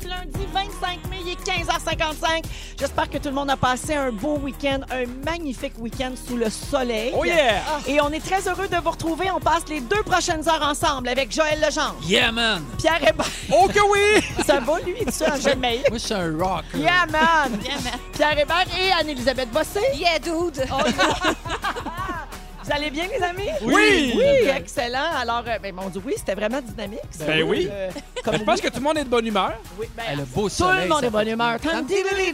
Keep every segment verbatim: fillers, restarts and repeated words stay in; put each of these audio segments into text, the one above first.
lundi vingt-cinq mai, il est quinze heures cinquante-cinq. J'espère que tout le monde a passé un beau week-end, un magnifique week-end sous le soleil. Oh yeah! Et on est très heureux de vous retrouver. On passe les deux prochaines heures ensemble avec Joël Legendre. Yeah, man! Pierre Hébert. Oh que oui! Ça va, lui, tu sais, un jeune mail. Moi, je suis un rock. là. Yeah, man! Yeah, man. Pierre Hébert et Anne-Élisabeth Bossé. Yeah, dude! Oh, yeah. Vous allez bien, les amis? Oui! Oui, excellent. Alors, euh, ben, mon Dieu, oui, c'était vraiment dynamique. ça. Ben oui. Euh, comme Ben, je pense oui. que tout le monde est de bonne humeur. Oui, ben, Hey, le beau tout soleil. le monde ça est bonne fait- humeur. Tout le monde est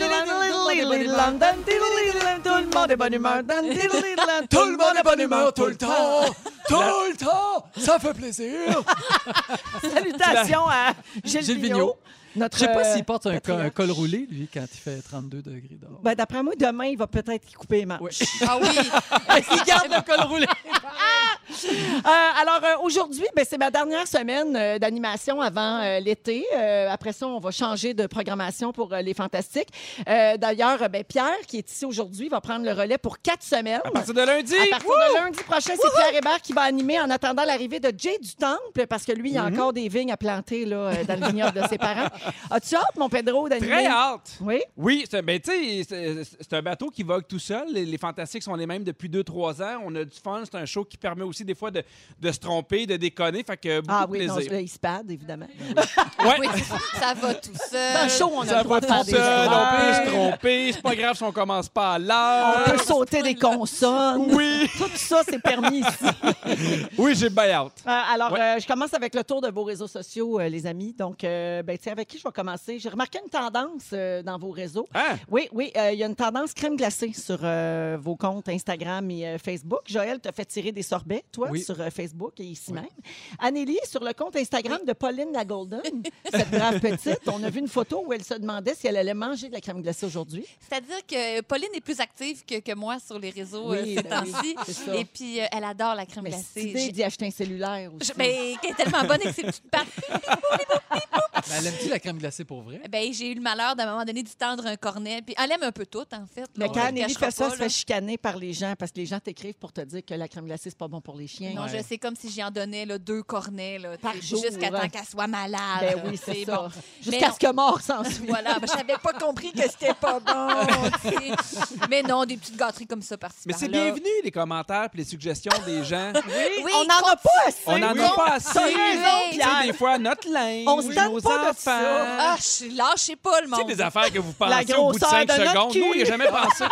bonne humeur. Tout le monde est bonne humeur tout le temps. Tout le temps. Ça fait plaisir. Salutations à Gilles, Gilles Vigneault. Vigneault. Notre, Je sais pas euh, s'il porte un, co- un patriarche. col roulé, lui, quand il fait trente-deux degrés dehors. Ben, d'après moi, demain, il va peut-être y couper les manches. Oui. Ah oui! Il garde le col roulé. Euh, alors, euh, aujourd'hui, ben, c'est ma dernière semaine euh, d'animation avant euh, l'été. Euh, après ça, on va changer de programmation pour euh, les Fantastiques. Euh, D'ailleurs, euh, ben, Pierre, qui est ici aujourd'hui, va prendre le relais pour quatre semaines. À partir de lundi. À partir de lundi prochain, c'est Pierre Hébert qui va animer en attendant l'arrivée de Jay du Temple, parce que lui, il y a Mhm. encore des vignes à planter là, euh, dans le vignoble de ses parents. As-tu hâte, mon Pedro, d'animer? Très hâte. Oui? Oui, c'est ben, tu sais, c'est- c'est un bateau qui vogue tout seul. Les, les Fantastiques sont les mêmes depuis deux trois ans. On a du fun. C'est un show qui permet aussi des fois de, de se tromper, de déconner. Fait que beaucoup Ah de oui, non, plaisir. là, il se pad, évidemment. Ouais. Oui, ça va tout seul. Dans le show, on a Ça le droit va de faire tout des seul, on peut erreurs. se tromper. C'est pas grave si on commence pas à On l'heure. peut sauter des consonnes. Oui, Tout ça, c'est permis ici. oui, j'ai bien hâte. Euh, alors, Ouais. euh, je commence avec le tour de vos réseaux sociaux, euh, les amis. Donc, euh, ben, tiens, avec qui je vais commencer? J'ai remarqué une tendance euh, dans vos réseaux. Hein? Oui, oui, euh, il y a une tendance crème glacée sur euh, vos comptes Instagram et euh, Facebook. Joël t'a fait tirer des sorbets, toi, Oui. sur euh, Facebook et ici même. Annélie, sur le compte Instagram de Pauline la Golden, cette brave petite, on a vu une photo où elle se demandait si elle allait manger de la crème glacée aujourd'hui. C'est-à-dire que Pauline est plus active que, que moi sur les réseaux euh, Oui, ces ben oui, temps-ci. c'est ça. Et puis, euh, elle adore la crème Mais cette glacée. idée J'ai- d'y acheter un cellulaire aussi. Je- ben, qui est tellement bonne avec ses petites pattes. Mais elle aime-tu la crème glacée pour vrai? Ben, j'ai eu le malheur d'un moment donné d'y tendre un cornet. Puis elle aime un peu tout, en fait. Mais là, quand on le Anneli cachera fait ça, pas, elle se fait là. chicaner par les gens parce que les gens t'écrivent pour te dire que la crème glacée, c'est pas bon pour les chiens. Non, Ouais. je sais comme si j'y en donnais là, deux cornets là, Par tu sais, jour, jusqu'à hein. temps qu'elle soit malade. Ben oui, c'est ça. bon. Jusqu'à Mais ce que mort s'en suive. Voilà, ben, j'avais pas compris que c'était pas bon. tu sais. Mais non, des petites gâteries comme ça par-ci Mais c'est par-là. bienvenu, les commentaires et les suggestions des gens. Oui, Oui, on n'en a pas assez. On n'en Oui. a pas assez. T'as raison, Tu sais, Pierre. des fois, notre linge, On se donne nos pas de enfants. ça. Ah, je lâchez pas le Tu sais, monde. des affaires que vous La pensez au bout de grosseur cinq de notre secondes. cul. Nous, on n'y a jamais pensé.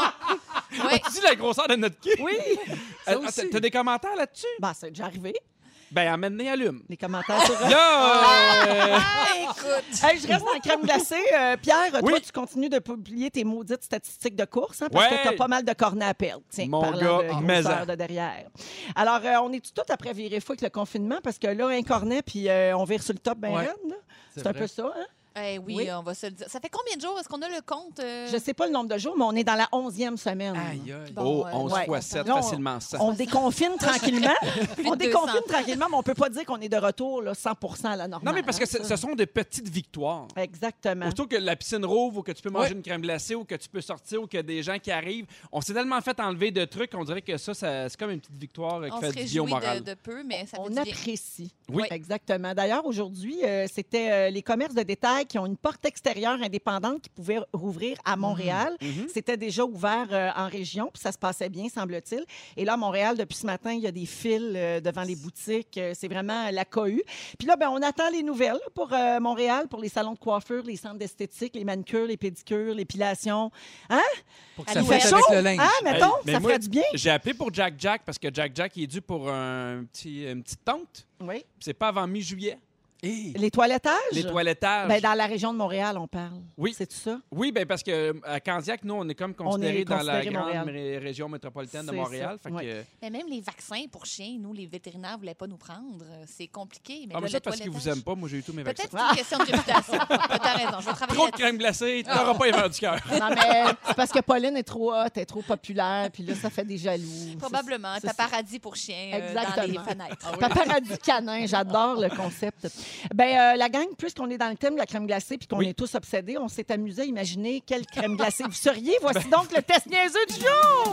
Non. Oui. Tu dis la grosseur de notre cul? Oui. Euh, aussi. T'as des commentaires là-dessus? Ben, c'est déjà arrivé. Ben, amène-les, allume. Les commentaires sur... Là, euh, Écoute. Hey, je reste dans la crème glacée. Euh, Pierre, toi, Oui. tu continues de publier tes maudites statistiques de course, hein, parce Ouais. que tu as pas mal de cornets à perdre. Tiens, Mon parlant gars, de mais grosseur en. de derrière. Alors, euh, on est tout après virer fou avec le confinement, parce que là, un cornet, puis euh, on vire sur le top ben Ouais. raide, là. C'est C'est un vrai. peu ça, hein? Eh oui, Oui. on va se le dire. Ça fait combien de jours? Est-ce qu'on a le compte? euh? Je sais pas le nombre de jours, mais on est dans la onzième semaine. Aïe, aïe. Bon, oh, euh, onze ouais. fois sept, Là, on- facilement cent. On déconfine tranquillement. on de déconfine deux cents. tranquillement, mais on peut pas dire qu'on est de retour là, cent pour cent à la normale. Non, mais parce que hein, ce ça. ce sont des petites victoires. Exactement. Plutôt que la piscine rouvre ou que tu peux manger Ouais. une crème glacée ou que tu peux sortir ou que des gens qui arrivent, on s'est tellement fait enlever de trucs qu'on dirait que ça, ça- c'est comme une petite victoire euh, qui On fait se du bien au réjouit moral. de, de peu, mais ça fait On du bien. apprécie. Oui. Exactement. D'ailleurs, aujourd'hui, euh, c'était euh, les commerces de détail qui ont une porte extérieure indépendante qui pouvaient rouvrir à Montréal. Mhm. C'était déjà ouvert euh, en région, puis ça se passait bien, semble-t-il. Et là, à Montréal, depuis ce matin, il y a des fils euh, devant les boutiques. Euh, c'est vraiment la cohue. Puis là, ben, on attend les nouvelles là, pour euh, Montréal, pour les salons de coiffure, les centres d'esthétique, les manicures, les pédicures, l'épilation. Hein? Pour que À ça Noël. fasse Chaud? avec le linge. Hein, mettons, Hey, mais ça moi- ferait du bien. J'ai appelé pour Jack Jack parce que Jack Jack il est dû pour un petit, une petite tente. Oui. Puis c'est pas avant mi-juillet. Hey. Les toilettages? Les toilettages. Ben, dans la région de Montréal, on parle. Oui. C'est tout ça? Oui, ben parce que à Candiac, nous, on est comme considérés est dans la considéré grande Montréal. ré- région métropolitaine de C'est Montréal. ça, Fait ouais. que, Mais même les vaccins pour chiens, nous, les vétérinaires ne voulaient pas nous prendre. C'est compliqué. Mais ah, là, mais ça, le parce qu'ils vous toilettage- aiment pas. Moi, j'ai eu tous mes vaccins. Peut-être que c'est une question de réputation. T'as raison. Je vais travailler Trop de là-dessus. crème glacée, t'auras pas les verres du cœur. Non, mais c'est parce que Pauline est trop hot, elle est trop populaire, puis là, ça fait des jaloux. Probablement. C'est- Un c'est ça. paradis pour chiens euh, dans Exactement. les fenêtres. Paparazzi canin, j'adore le concept. Ben euh, la gang, puisqu'on est dans le thème de la crème glacée puis qu'on Oui. est tous obsédés, on s'est amusé à imaginer quelle crème glacée vous seriez. Voici donc le test niaiseux du jour!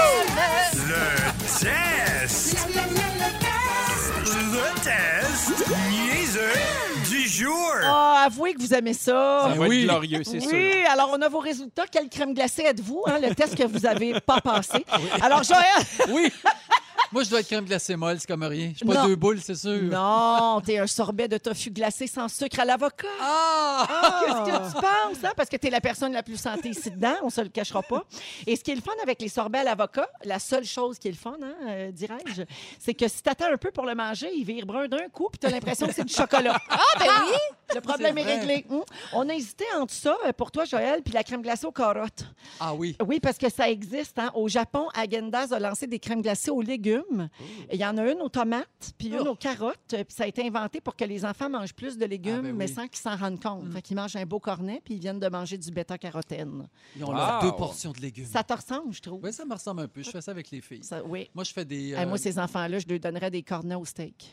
Le test! Le test niaiseux du jour! Ah, avouer que vous aimez ça. Ça Ben va oui. être glorieux, c'est sûr. Oui, alors on a vos résultats. Quelle crème glacée êtes-vous? Hein, le test que vous n'avez pas passé. Alors, Joël, Oui. Moi, je dois être crème glacée molle, c'est comme rien. Je suis pas Non. deux boules, c'est sûr. non, t'es un sorbet de tofu glacé sans sucre à l'avocat. Ah! Qu'est-ce que tu penses? Hein? Parce que tu es la personne la plus santé ici dedans, on se le cachera pas. Et ce qui est le fun avec les sorbets à l'avocat, la seule chose qui est le fun, hein, euh, dirais-je, c'est que si tu attends un peu pour le manger, il vire brun d'un coup, puis tu as l'impression que c'est du chocolat. Ah, ben oui! Le problème est, C'est vrai. réglé. Hum. On a hésité entre ça, euh, pour toi, Joël, puis la crème glacée aux carottes. Ah oui. Oui, parce que ça existe. Hein. Au Japon, Häagen-Dazs a lancé des crèmes glacées aux légumes. Il y en a une aux tomates, puis une Oh. aux carottes. Puis ça a été inventé pour que les enfants mangent plus de légumes, Ah, ben mais oui. sans qu'ils s'en rendent compte. Fait qu'ils mangent un beau cornet, puis ils viennent de manger du bêta-carotène. Ils ont Wow. leurs deux portions de légumes. Ça te ressemble, je trouve. Oui, ça me ressemble un peu. Je fais ça avec les filles. Ça- oui. Moi, je fais des... Hey, euh, moi, ces enfants-là, je leur donnerais des cornets au steak.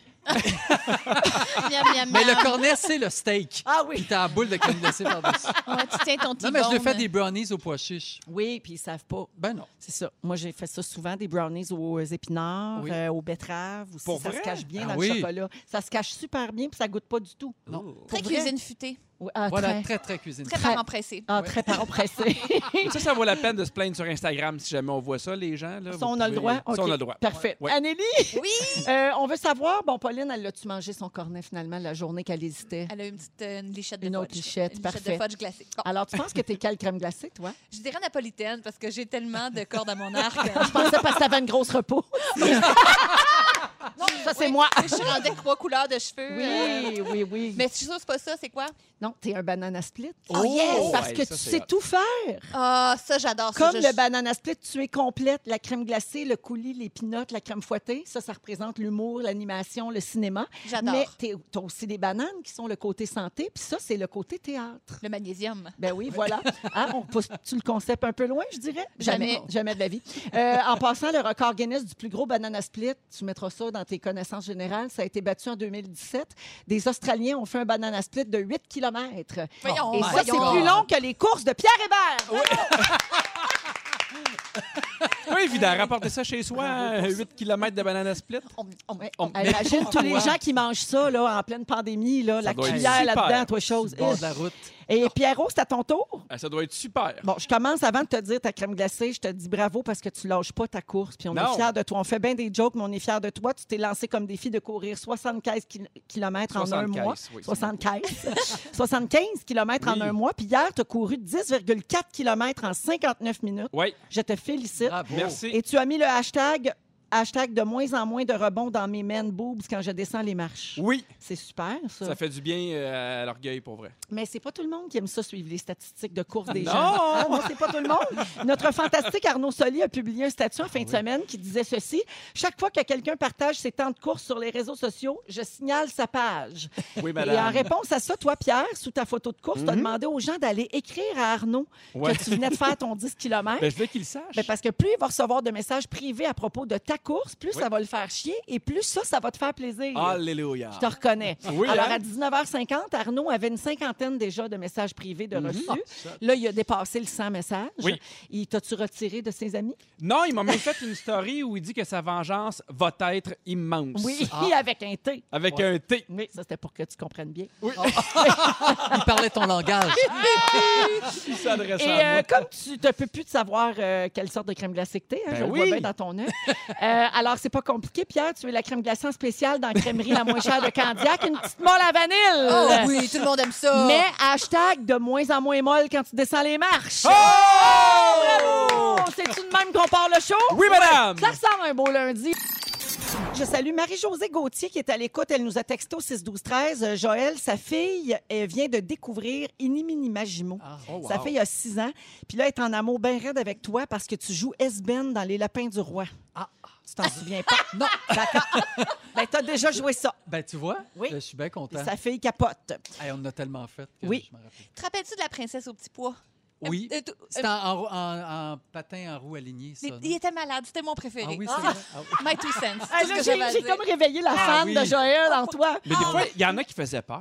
Miam, miam, Mais miam. le cornet, c'est le steak. Ah Puis oui! t'as la boule de crème glacée par-dessus. Ouais, tu tiens ton Non, mais je le fais T-bone. des brownies aux pois chiches. Oui, puis ils savent pas. Ben non. C'est ça. Moi, j'ai fait ça souvent, des brownies aux épinards, Oui. euh, aux betteraves aussi. Pour ça vrai? se cache bien Ah dans oui. le chocolat. Ça se cache super bien, puis ça goûte pas du tout. Non. Très Pour vrai? cuisine futée. Oui, ah, Voilà, très. très, très cuisine. Très Très- parent pressé. Ah, Ouais. très parent pressé. Ça, ça vaut la peine de se plaindre sur Instagram si jamais on voit ça, les gens. Là, Ça, vous on a le pouvez- droit? Ça, on OK. a le droit. Parfait. Ouais. Anneli, Oui! euh, on veut savoir, bon, Pauline, elle l'a-tu mangé son cornet finalement la journée qu'elle hésitait? Elle a une petite euh, une lichette de Une fudge. autre lichette, Une parfait. lichette de fudge glacée. Bon, Alors, tu penses que t'es quelle crème glacée, toi? je dirais napolitaine parce que j'ai tellement de cordes à mon arc. Je pensais parce que t'avais une grosse repos. Non, ça, c'est Oui, moi. Je suis rendue avec trois couleurs de cheveux. euh, Oui, oui, oui. Mais je suis sûre que c'est pas ça, c'est quoi? Non, t'es un banana split. Oh, yes! Parce Ouais, que ça, tu c'est sais hot. tout faire. Ah, ça, j'adore ça. Comme Je- le banana split, tu es complète. La crème glacée, le coulis, les pinottes, la crème fouettée, ça, ça représente l'humour, l'animation, le cinéma. J'adore. Mais tu as aussi des bananes qui sont le côté santé, puis ça, c'est le côté théâtre. Le magnésium. Ben oui, voilà. Hein, on pousse-tu le concept un peu loin, je dirais? Jamais. Jamais de la vie. Euh, en passant, le record Guinness du plus gros banana split, tu mettras ça dans tes connaissances générales, ça a été battu en deux mille dix-sept. Des Australiens ont fait un banana split de huit kilomètres. Voyons, Et ça, c'est voyons. plus long que les courses de Pierre Hébert. C'est pas évident, rapporter ça chez soi, euh, huit kilomètres de banana split. Ouais. On- Hey, imagine tous les pourquoi? gens qui mangent ça là, en pleine pandémie, là, la doit être cuillère super. là-dedans, toi, chose. Bord de la route. Et Pierrot, c'est à ton tour? Ah, ça doit être super. Bon, je commence avant de te dire ta crème glacée. Je te dis bravo parce que tu lâches pas ta course. Puis on Non. est fiers de toi. On fait bien des jokes, mais on est fiers de toi. Tu t'es lancé comme défi de courir soixante-quinze kilomètres en un soixante-quinze, mois. oui. soixante-quinze. soixante-quinze kilomètres en Oui. un mois. Puis hier, tu as couru dix virgule quatre kilomètres en cinquante-neuf minutes. Oui, Je te félicite. Bravo. merci. Et tu as mis le hashtag Hashtag de moins en moins de rebonds dans mes men boobs quand je descends les marches. Oui, C'est super, ça. ça fait du bien euh, à l'orgueil, pour vrai. Mais c'est pas tout le monde qui aime ça, suivre les statistiques de course des Non! gens. Ah, non, c'est pas tout le monde. Notre fantastique Arnaud Soli a publié un statut en fin de semaine qui disait ceci. Chaque fois que quelqu'un partage ses temps de course sur les réseaux sociaux, je signale sa page. Oui, Et madame. en réponse à ça, toi, Pierre, sous ta photo de course, tu as demandé aux gens d'aller écrire à Arnaud Ouais. que tu venais de faire ton dix kilomètres. Ben, je veux qu'il le sache. Ben, parce que plus il va recevoir de messages privés à propos de ta course, plus Oui. ça va le faire chier et plus ça, ça va te faire plaisir. Alléluia. Je te reconnais. Oui, Alors, hein? à dix-neuf heures cinquante, Arnaud avait une cinquantaine déjà de messages privés de Mhm. reçus. Là, il a dépassé le cent messages. Oui. Il t'a-tu retiré de ses amis? Non, il m'a même fait une story où il dit que sa vengeance va être immense. Oui, Ah. avec un T. Avec Ouais. un T. Oui, ça, c'était pour que tu comprennes bien. Il parlait ton langage. Il s'adresse Et à euh, moi. comme tu ne peux plus de savoir euh, quelle sorte de crème glacée que t'es, hein, Ben je le oui. vois bien dans ton œil. Euh, alors, c'est pas compliqué, Pierre. Tu es la crème glacée en spécial dans la crèmerie la moins chère de Candiac, une petite molle à vanille. Oh oui, tout le monde aime ça. Mais hashtag de moins en moins molle quand tu descends les marches. Oh! Bravo! C'est-tu de même qu'on part le show? Oui, madame! Ça ressemble à un beau lundi. Je salue Marie-Josée Gauthier qui est à l'écoute. Elle nous a texté au six douze treize. Euh, Joël, sa fille, elle vient de découvrir Iniminimagimo. Ah. Oh, wow. Sa fille a six ans. Puis là, elle est en amour bien raide avec toi parce que tu joues S-Ben dans Les Lapins du Roi. Ah. Tu t'en souviens pas? Non. D'accord. Ben, t'as déjà joué ça. Ben, tu vois, Oui. je suis bien Puis content. sa fille capote. Hey, on en a tellement fait que Oui. je me rappelle. Te rappelles-tu de la princesse au petit pois? Oui. Euh, euh, tout- C'était en, en, en- en patin en roue alignée, ça. il, non? il était malade, c'était mon Ah préféré. oui, c'est Ah. vrai. Ah oui. My two cents. Ah, tout ce là, que j'ai j'avais à j'ai dire. comme réveillé la Ah fan oui. de Joël en toi. Mais des fois, il y en a qui faisaient peur.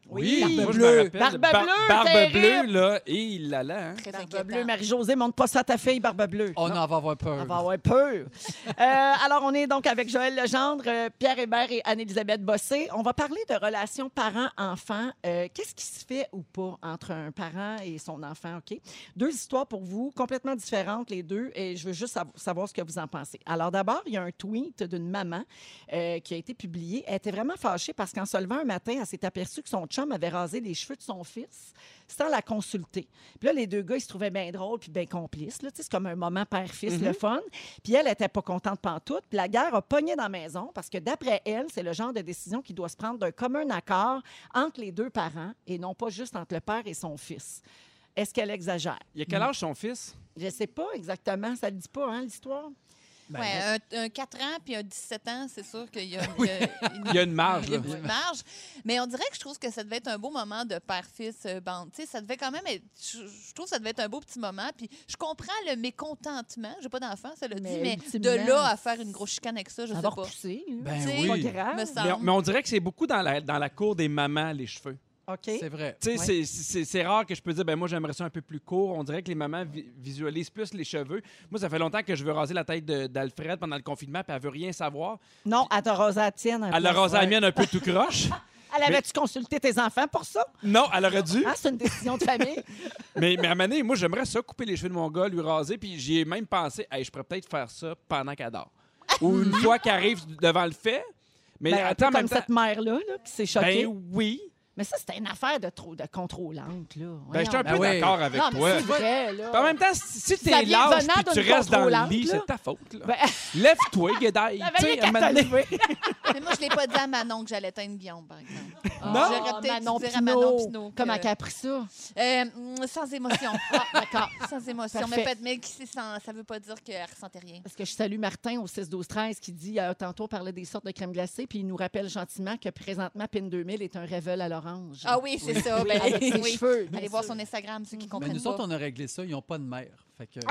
Oui. Moi, Barbe je me bleue. rappelle. Barbe Bar- bleue, Barbe terrible. bleue, là. Et il l'a là, hein? Très Barbe inquiétant. bleue, Marie-Josée, montre pas ça à ta fille, Barbe bleue. On en va avoir peur. On va avoir peur. Euh, alors, on est donc avec Joël Legendre, euh, Pierre Hébert et Anne-Élisabeth Bossé. On va parler de relations parents-enfants. Euh, Qu'est-ce qui se fait ou pas entre un parent et son enfant, OK? Deux histoires pour vous, complètement différentes, les deux, et je veux juste sav- savoir ce que vous en pensez. Alors, d'abord, il y a un tweet d'une maman euh, qui a été publié. Elle était vraiment fâchée parce qu'en se levant un matin, elle s'est aperçue que son chum avait rasé les cheveux de son fils sans la consulter. Puis là, les deux gars, ils se trouvaient bien drôles puis bien complices. Là. Tu sais, c'est comme un moment père-fils, le fun. Puis elle n'était pas contente pantoute. Puis la guerre a pogné dans la maison parce que d'après elle, c'est le genre de décision qui doit se prendre d'un commun accord entre les deux parents et non pas juste entre le père et son fils. Est-ce qu'elle exagère? Il a quel âge son fils? Je ne sais pas exactement. Ça ne le dit pas, hein, l'histoire? Ben, Ouais, un, un quatre ans puis un dix-sept ans, c'est sûr qu'il y a, il y a une, Il y a une marge, il y a là. une marge. Mais on dirait que je trouve que ça devait être un beau moment de père-fils euh, bande. Tu sais, ça devait quand même être. Je, je trouve que ça devait être un beau petit moment. Puis je comprends le mécontentement. J'ai pas d'enfant, ça l'a dit, Mais mais ultimement, de là à faire une grosse chicane avec ça, je Ça sais va pas. repousser. là. Ben Tu sais, C'est pas oui. grave. Me Mais, semble. mais on dirait que c'est beaucoup dans la, dans la cour des mamans, les cheveux. OK. C'est vrai. Tu sais, Ouais. c'est- c'est c'est rare que je peux dire, ben moi, j'aimerais ça un peu plus court. On dirait que les mamans vi- visualisent plus les cheveux. Moi, ça fait longtemps que je veux raser la tête de- d'Alfred pendant le confinement, puis elle veut rien savoir. Non, elle t'a rasé la tienne. un Elle a peu. rasé la Ouais. mienne un peu tout croche. Elle avait-tu consulté tes enfants pour ça? Non, elle aurait dû. Ah, c'est une décision de famille. Mais, mais à un moment donné, moi, j'aimerais ça, couper les cheveux de mon gars, lui raser, puis j'y ai même pensé, hey, je pourrais peut-être faire ça pendant qu'elle dort. Ou une fois qu'elle arrive devant le fait. Mais Ben, un peu attends, en même comme temps. cette mère-là là, qui s'est choquée. Ben oui. Mais ça, c'était une affaire de, trop, de contrôlante. Là. Ben, je suis un Ben peu oui. d'accord avec non, mais toi. c'est vrai, là. Puis en même temps, si si Ça t'es vient lâche venant puis tu d'une restes dans le contrôlante, lit, là. c'est de ta faute. Là. Ben, Lève-toi, Guédaille. j'avais Tu rien sais, à qu'à un moment te donné- lever. Mais moi, je l'ai pas dit à Manon que j'allais teindre Guillaume, par exemple. Ah, J'aurais peut-être Manon dû dire à Manon Pinot. Pinot que- Comment elle a appris ça? Euh, mm, sans émotion. Ah, d'accord. Sans émotion. Parfait. Mais, peut-être- mais qui sait, sans- ça veut pas dire qu'elle ressentait rien. Parce que je salue Martin au six douze treize qui dit, euh, tantôt, on parlait des sortes de crème glacée, puis il nous rappelle gentiment que présentement, Pin deux mille est un Revel à l'orange. Ah oui, c'est ça. Ben, Avec ses oui. cheveux. bien Allez voir sûr. son Instagram, ceux qui Mais comprennent nous pas. autres, on a réglé ça. Ils n'ont pas de mère. Fait que,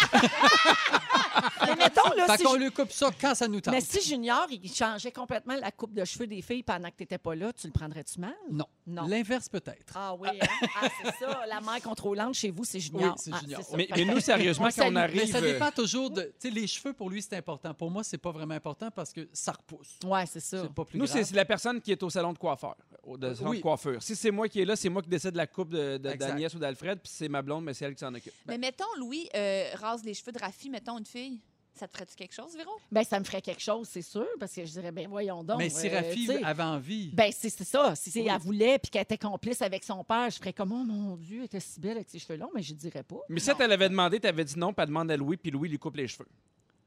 Mais mettons, là, fait si qu'on je- lui coupe ça quand ça nous tente. Mais si Junior, il changeait complètement la coupe de cheveux des filles pendant que tu n'étais pas là, tu le prendrais-tu mal? Non. Non. L'inverse peut-être. Ah oui, hein? Ah, c'est ça. La mère contrôlante chez vous, c'est Junior. Oui, c'est Ah, Junior. ça. Mais, mais nous, sérieusement, On quand on salue. Mais arrive. ça euh, dépend toujours de. Tu sais, les cheveux, pour lui, c'est important. Pour moi, c'est pas vraiment important parce que ça repousse. Ouais, c'est ça. C'est pas plus Nous, grave. c'est c'est la personne qui est au salon de coiffeur. Au de salon Oui. de coiffure. Si c'est moi qui est là, c'est moi qui décide de la coupe de- de- Exact. d'Agnès ou d'Alfred, puis c'est ma blonde, mais c'est elle qui s'en occupe. Mais mettons, Louis, euh, rase les cheveux de Rafi, mettons une fille. Ça te ferait-tu quelque chose, Véro? Ben, ça me ferait quelque chose, c'est sûr, parce que je dirais, ben voyons donc. Mais si euh, Rafi tu sais, avait envie. Ben, c'est c'est ça. Si c'est- Oui. elle voulait puis qu'elle était complice avec son père, je ferais comme, oh mon Dieu, elle était si belle avec ses cheveux longs, mais je dirais pas. Mais si elle t'avait demandé, t'avais dit non, puis elle demande à Louis, puis Louis lui coupe les cheveux.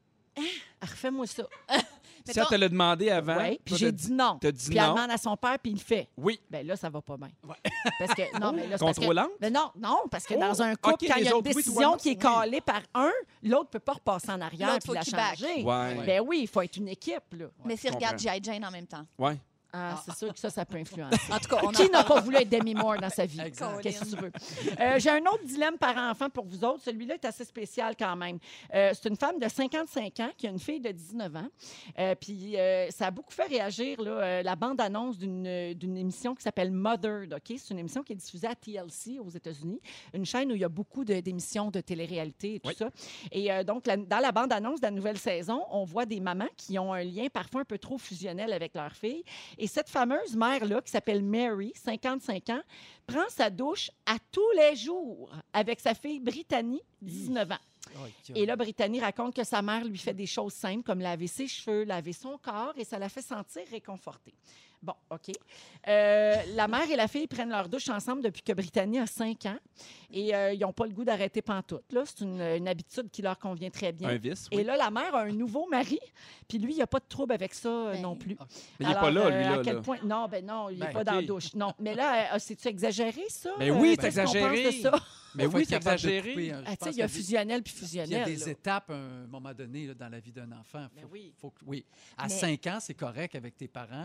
Ah, refais-moi ça. Si elle te l'a demandé avant, Oui, puis toi, j'ai t'as dit non. t'as dit Puis elle non. demande à son père, puis il le fait. Oui. Ben là, ça va pas bien. Ouais. Parce que, non, mais là, c'est parce que- Contrôlante? Mais non, non, parce que Oh, dans un couple, OK, quand il y les a une autres, oui, toi, décision non. qui est Oui. calée par un, l'autre peut pas repasser en arrière L'autre, puis faut la qu'il back. changer. Ouais. Ben oui, il faut être une équipe, là. Mais je s'il regarde comprends. G I. Jane en même temps. Ouais. Ah, c'est sûr que ça, ça peut influencer. En tout cas, on Qui en n'a parlera. pas voulu être Demi Moore dans sa vie? Exact. Qu'est-ce que tu veux? Euh, J'ai un autre dilemme parent-enfant pour vous autres. Celui-là est assez spécial quand même. Euh, c'est une femme de cinquante-cinq ans qui a une fille de dix-neuf ans. Euh, puis euh, ça a beaucoup fait réagir là, euh, la bande-annonce d'une d'une émission qui s'appelle Mothered. OK? C'est une émission qui est diffusée à T L C aux États-Unis. Une chaîne où il y a beaucoup de- d'émissions de télé-réalité et tout Oui. ça. Et euh, donc, la- dans la bande-annonce de la nouvelle saison, on voit des mamans qui ont un lien parfois un peu trop fusionnel avec leur fille. Et cette fameuse mère-là, qui s'appelle Mary, cinquante-cinq ans, prend sa douche à tous les jours avec sa fille Brittany, dix-neuf ans. OK. Et là, Brittany raconte que sa mère lui fait des choses simples comme laver ses cheveux, laver son corps, et ça la fait sentir réconfortée. Bon, OK. Euh, la mère et la fille prennent leur douche ensemble depuis que Brittany a cinq ans et euh, ils n'ont pas le goût d'arrêter pantoute. Là. C'est une, une habitude qui leur convient très bien. Un vice. Et Oui. là, la mère a un nouveau mari, puis lui, il n'y a pas de trouble avec ça euh, Ben, non plus. OK. Mais il n'est Alors, pas là, lui, euh, là. à quel là. point... Non, ben non, il n'est Ben, pas dans la OK. douche. Non, mais là, euh, c'est-tu exagéré, ça? Ben oui, Euh, c'est qu'est-ce qu'on exagéré. pense de ça? Mais Faut oui, être c'est capable de exagéré. couper, hein. Je Ah, tu pense sais, il y a qu'il fusionnel puis Il y a fusionnel. des là. étapes à un moment donné là, dans la vie d'un enfant. Ben Faut- oui. faut que- oui. À Mais- cinq ans, c'est correct avec tes parents.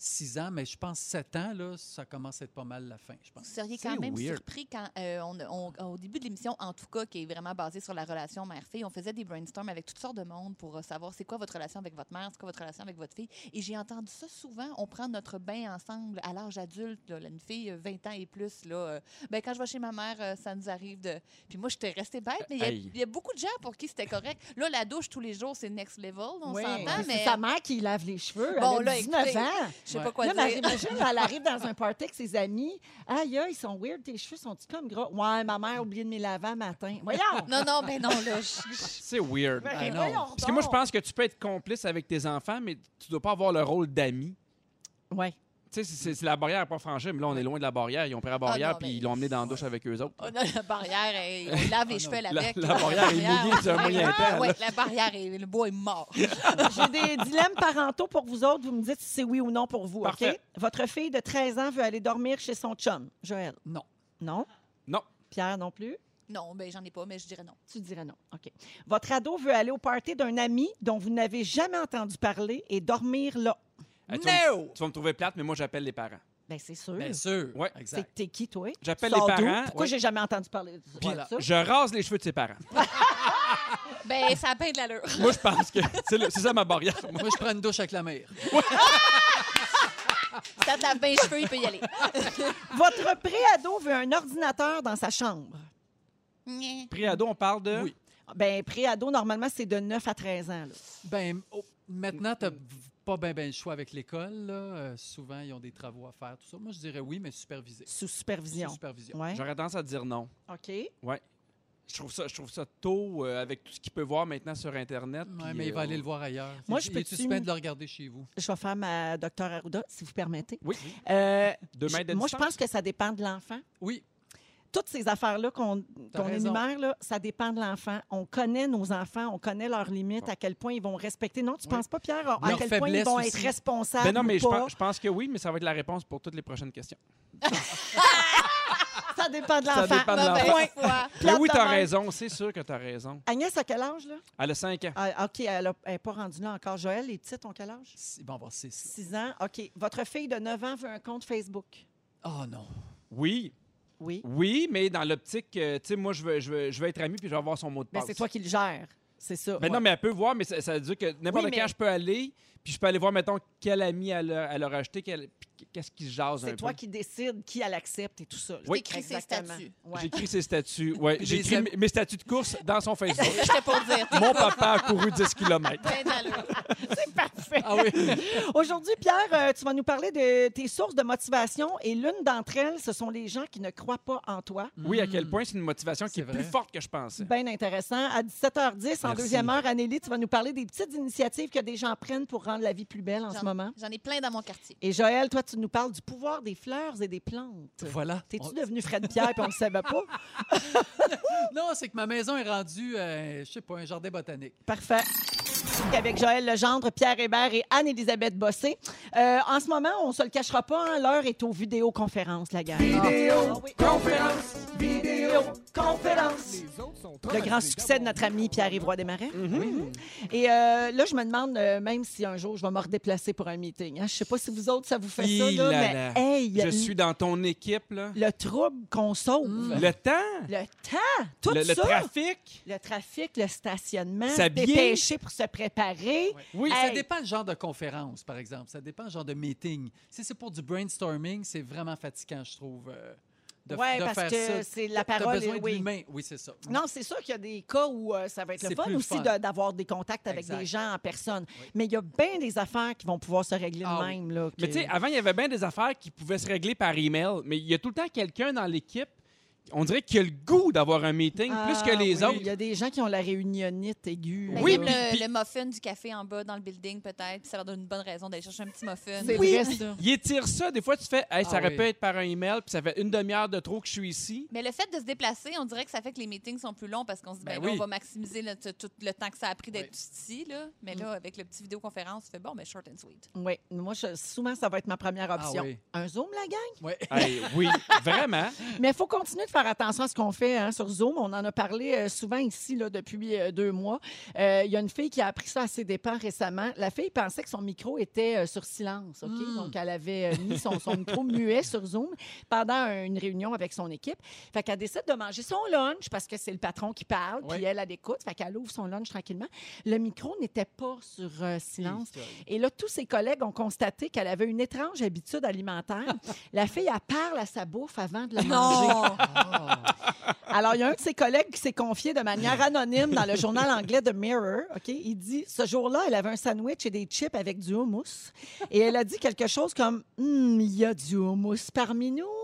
six ans, mais je pense sept ans, là, ça commence à être pas mal la fin, je pense. Vous seriez C'est quand même weird. surpris quand, euh, on, on- au début de l'émission, en tout cas, qui est vraiment basée sur la relation mère-fille, on faisait des brainstorms avec toutes sortes de monde pour euh, savoir c'est quoi votre relation avec votre mère, c'est quoi votre relation avec votre fille. Et j'ai entendu ça souvent. On prend notre bain ensemble à l'âge adulte, là, une fille euh, vingt ans et plus. Là, euh, ben, quand je vais chez ma mère, euh, ça nous arrive de. Puis moi, j'étais restée bête, mais il y a- Hey. il y, a beaucoup de gens pour qui c'était correct. Là, la douche tous les jours, c'est next level, on Oui, s'entend, mais mais. c'est sa mère qui lave les cheveux. Bon, elle là, a dix-neuf écoutez, ans. Je sais Ouais. pas quoi Là, dire. mais imagine, elle arrive dans un party avec ses amis. Aïe, aïe, ils sont weird, tes cheveux sont-ils comme gros? Ouais, ma mère a oublié de me les laver un matin. Voyons! Non, non, ben non, là. je- je- C'est weird. Ben, Ah, non. voyons Parce que moi, je donc. pense que tu peux être complice avec tes enfants, mais tu dois pas avoir le rôle d'ami. Ouais. Tu sais, c'est c'est la barrière à pas franchir, mais là, on est loin de la barrière. Ils ont pris la barrière, Ah non, puis mais- ils l'ont emmené dans la douche avec eux autres. On a la barrière, et on lave les cheveux à la La- bec. la barrière est mouillée sur un moyen temps, Oui, là. la barrière, est, le bois est mort. J'ai des dilemmes parentaux pour vous autres. Vous me dites si c'est oui ou non pour vous, OK? Parfait. Votre fille de treize ans veut aller dormir chez son chum. Joël? Non. Non? Non. Pierre non plus? Non, ben j'en ai pas, mais je dirais non. Tu dirais non. OK. Votre ado veut aller au party d'un ami dont vous n'avez jamais entendu parler et dormir là. Hey, tu, vas me, No! tu vas me trouver plate, mais moi, j'appelle les parents. Bien, c'est sûr. Bien sûr. Ouais. C'est Exact. que t'es qui, toi? J'appelle Tu sors les d'où? parents. Pourquoi Ouais. j'ai jamais entendu parler de ça? Voilà. ça? Je rase les cheveux de ses parents. Ben, ça a peint de l'allure. Moi, je pense que c'est le- c'est ça ma barrière. Moi, je prends une douche avec la mère. Si ça te lave bien les cheveux, il peut y aller. Votre pré-ado veut un ordinateur dans sa chambre. Nyeh. Pré-ado, on parle de... Oui. Ben, pré-ado, normalement, c'est de neuf à treize ans. Là. Ben, oh, maintenant, tu n'as pas bien ben le choix avec l'école. Là. Euh, souvent, ils ont des travaux à faire, tout ça. Moi, je dirais oui, mais supervisé. Sous supervision. Sous supervision. Ouais. J'aurais tendance à dire non. OK. Je trouve ça, je trouve ça tôt, euh, avec tout ce qu'il peut voir maintenant sur Internet. Ouais, puis, mais il va euh, aller le voir ailleurs. Moi, je Il peux est-tu tu- peine de le regarder chez vous? Je vais faire ma docteur Arruda, si vous permettez. Oui. Euh, Deux mètres de moi, je distance. pense que ça dépend de l'enfant. Oui. Toutes ces affaires-là qu'on T'as qu'on raison. énumère, là, ça dépend de l'enfant. On connaît nos enfants, on connaît leurs limites, à quel point ils vont respecter. Non, tu Oui. penses pas, Pierre, à Leurs quel point ils faiblesses vont aussi. être responsables Ben non, mais ou je pas? pense, je pense que oui, mais ça va être la réponse pour toutes les prochaines questions. Ça dépend de Ça l'enfant. dépend de Bon, ben, l'enfant. une fois. Mais Plate oui, de t'as même. raison. C'est sûr que t'as raison. Agnès, à quel âge, là? Elle a cinq ans. Ah, OK, elle n'est pas rendue là encore. Joël, les petites ont quel âge? Ils vont avoir six. six ans. OK. Votre fille de neuf ans veut un compte Facebook. Oh non. Oui, Oui. oui, mais dans l'optique, euh, tu sais, moi, je veux, je, veux, je veux être ami puis je veux avoir son mot de Ben, passe. c'est toi qui le gères. C'est ça. Ben non, mais elle peut voir, mais ça, ça veut dire que n'importe Oui, mais- quand je peux aller, puis je peux aller voir, mettons, quel ami elle a, elle a rajouté, quel- puis qu'est-ce qui se jase un C'est toi peu. qui décides qui elle accepte et tout ça. là. Oui. T'écris ses Exactement. statuts. Ouais. J'ai écrit ses statuts. Ouais, Puis j'ai les écrit am- mes- mes statuts de course dans son Facebook. J'étais pour dire. t'es Mon cool. papa a couru dix kilomètres. Ben d'allure. C'est parfait. Ah oui. Aujourd'hui, Pierre, euh, tu vas nous parler de tes sources de motivation et l'une d'entre elles, ce sont les gens qui ne croient pas en toi. Oui, à quel point c'est une motivation qui C'est est vrai. plus forte que je pensais. Bien intéressant. À dix-sept heures dix, en Merci. deuxième heure, Anneli, tu vas nous parler des petites initiatives que des gens prennent pour rendre la vie plus belle en ce J'en- moment. J'en ai plein dans mon quartier. Et Joël, toi, tu nous parles du pouvoir des fleurs et des plantes. Voilà. T'es-tu On- devenu Fred Pierre et on ne le savait pas? Non, c'est que ma maison est rendue, euh, je sais pas, un jardin botanique. Parfait. Avec Joël Legendre, Pierre Hébert et Anne-Élisabeth Bossé. Euh, en ce moment, on se le cachera pas, hein, l'heure est aux vidéoconférences, la gang. Vidéoconférence, vidéoconférence. Le grand succès de notre ami Pierre-Yves Roy Desmarais. Mhm. Et euh, là, je me demande, euh, même si un jour je vais me redéplacer pour un meeting. Hein, je sais pas si vous autres, ça vous fait ça, Hi là, là mais là. hey, Je le- suis dans ton équipe, là. le trouble qu'on sauve. Le temps, Le temps, tout le, le ça. trafic. Le trafic, le stationnement, se S'habiller. dépêcher pour se préparer. Oui, Ça Hey. dépend le genre de conférence, par exemple. Ça dépend le genre de meeting. Si c'est pour du brainstorming, c'est vraiment fatigant, je trouve, euh, de, Oui, de parce faire que ça. c'est la T'as parole. besoin est- de oui. l'humain. Oui, c'est ça. Non, c'est sûr qu'il y a des cas où euh, ça va être le C'est fun plus le aussi fun. de- d'avoir des contacts avec Exact. des gens en personne. Oui. Mais il y a bien des affaires qui vont pouvoir se régler Ah de oui. même. Là, Mais que- tu sais, avant, il y avait bien des affaires qui pouvaient se régler par email, mais il y a tout le temps quelqu'un dans l'équipe, on dirait qu'il a le goût d'avoir un meeting plus que Ah, les oui, autres. Il y a des gens qui ont la réunionnite aiguë. Ben, Oui, il y a puis- le, puis- le muffin du café en bas dans le building, peut-être. Puis ça leur donne une bonne raison d'aller chercher un petit muffin. C'est Oui. vrai, ça. Il étire ça. Des fois, tu fais, hey, ça Ah aurait oui. pu être par un email, puis ça fait une demi-heure de trop que je suis ici. Mais le fait de se déplacer, on dirait que ça fait que les meetings sont plus longs parce qu'on se dit, ben, Ben là, oui. on va maximiser le, tout le temps que ça a pris d'être Oui. ici. Là. Mais là, avec le petit vidéoconférence, tu fais bon, mais short and sweet. Oui, moi, je- souvent, ça va être ma première option. Ah oui. Un Zoom, la gang? Ouais. Hey, oui, vraiment. Mais il faut continuer de faire attention à ce qu'on fait hein, sur Zoom. On en a parlé euh, souvent ici là, depuis euh, deux mois. Euh, Il y a une fille qui a appris ça à ses dépens récemment. La fille pensait que son micro était euh, sur silence. OK? Mm. Donc, elle avait euh, mis son, son micro muet sur Zoom pendant une réunion avec son équipe. Fait qu'elle décide de manger son lunch parce que c'est le patron qui parle, Oui. puis elle, elle écoute. Fait qu'elle ouvre son lunch tranquillement. Le micro n'était pas sur euh, silence. Et là, tous ses collègues ont constaté qu'elle avait une étrange habitude alimentaire. La fille, elle parle à sa bouffe avant de la manger. Non! Alors, il y a un de ses collègues qui s'est confié de manière anonyme dans le journal anglais The Mirror. OK? Il dit, ce jour-là, elle avait un sandwich et des chips avec du houmous. Et elle a dit quelque chose comme, Hum, il y a du houmous parmi nous.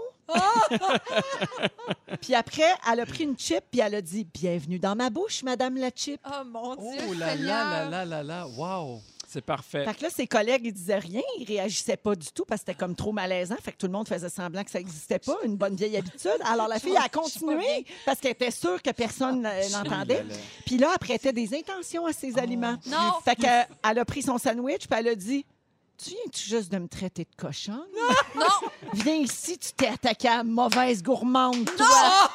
Puis après, elle a pris une chip puis elle a dit, bienvenue dans ma bouche, Madame la chip. Oh mon Dieu! Oh là là Seigneur. là là là là, wow! C'est parfait. Fait que là, ses collègues, ils disaient rien, ils réagissaient pas du tout parce que c'était comme trop malaisant. Fait que tout le monde faisait semblant que ça n'existait pas, une bonne vieille habitude. Alors la fille a Je suis pas continué parce qu'elle était sûre que personne euh, n'entendait. Puis là, elle prêtait des intentions à ses aliments. Non! Fait qu'elle elle a pris son sandwich puis elle a dit, tu viens-tu juste de me traiter de cochonne? Non! Viens ici, tu t'es attaquée à mauvaise gourmande, toi!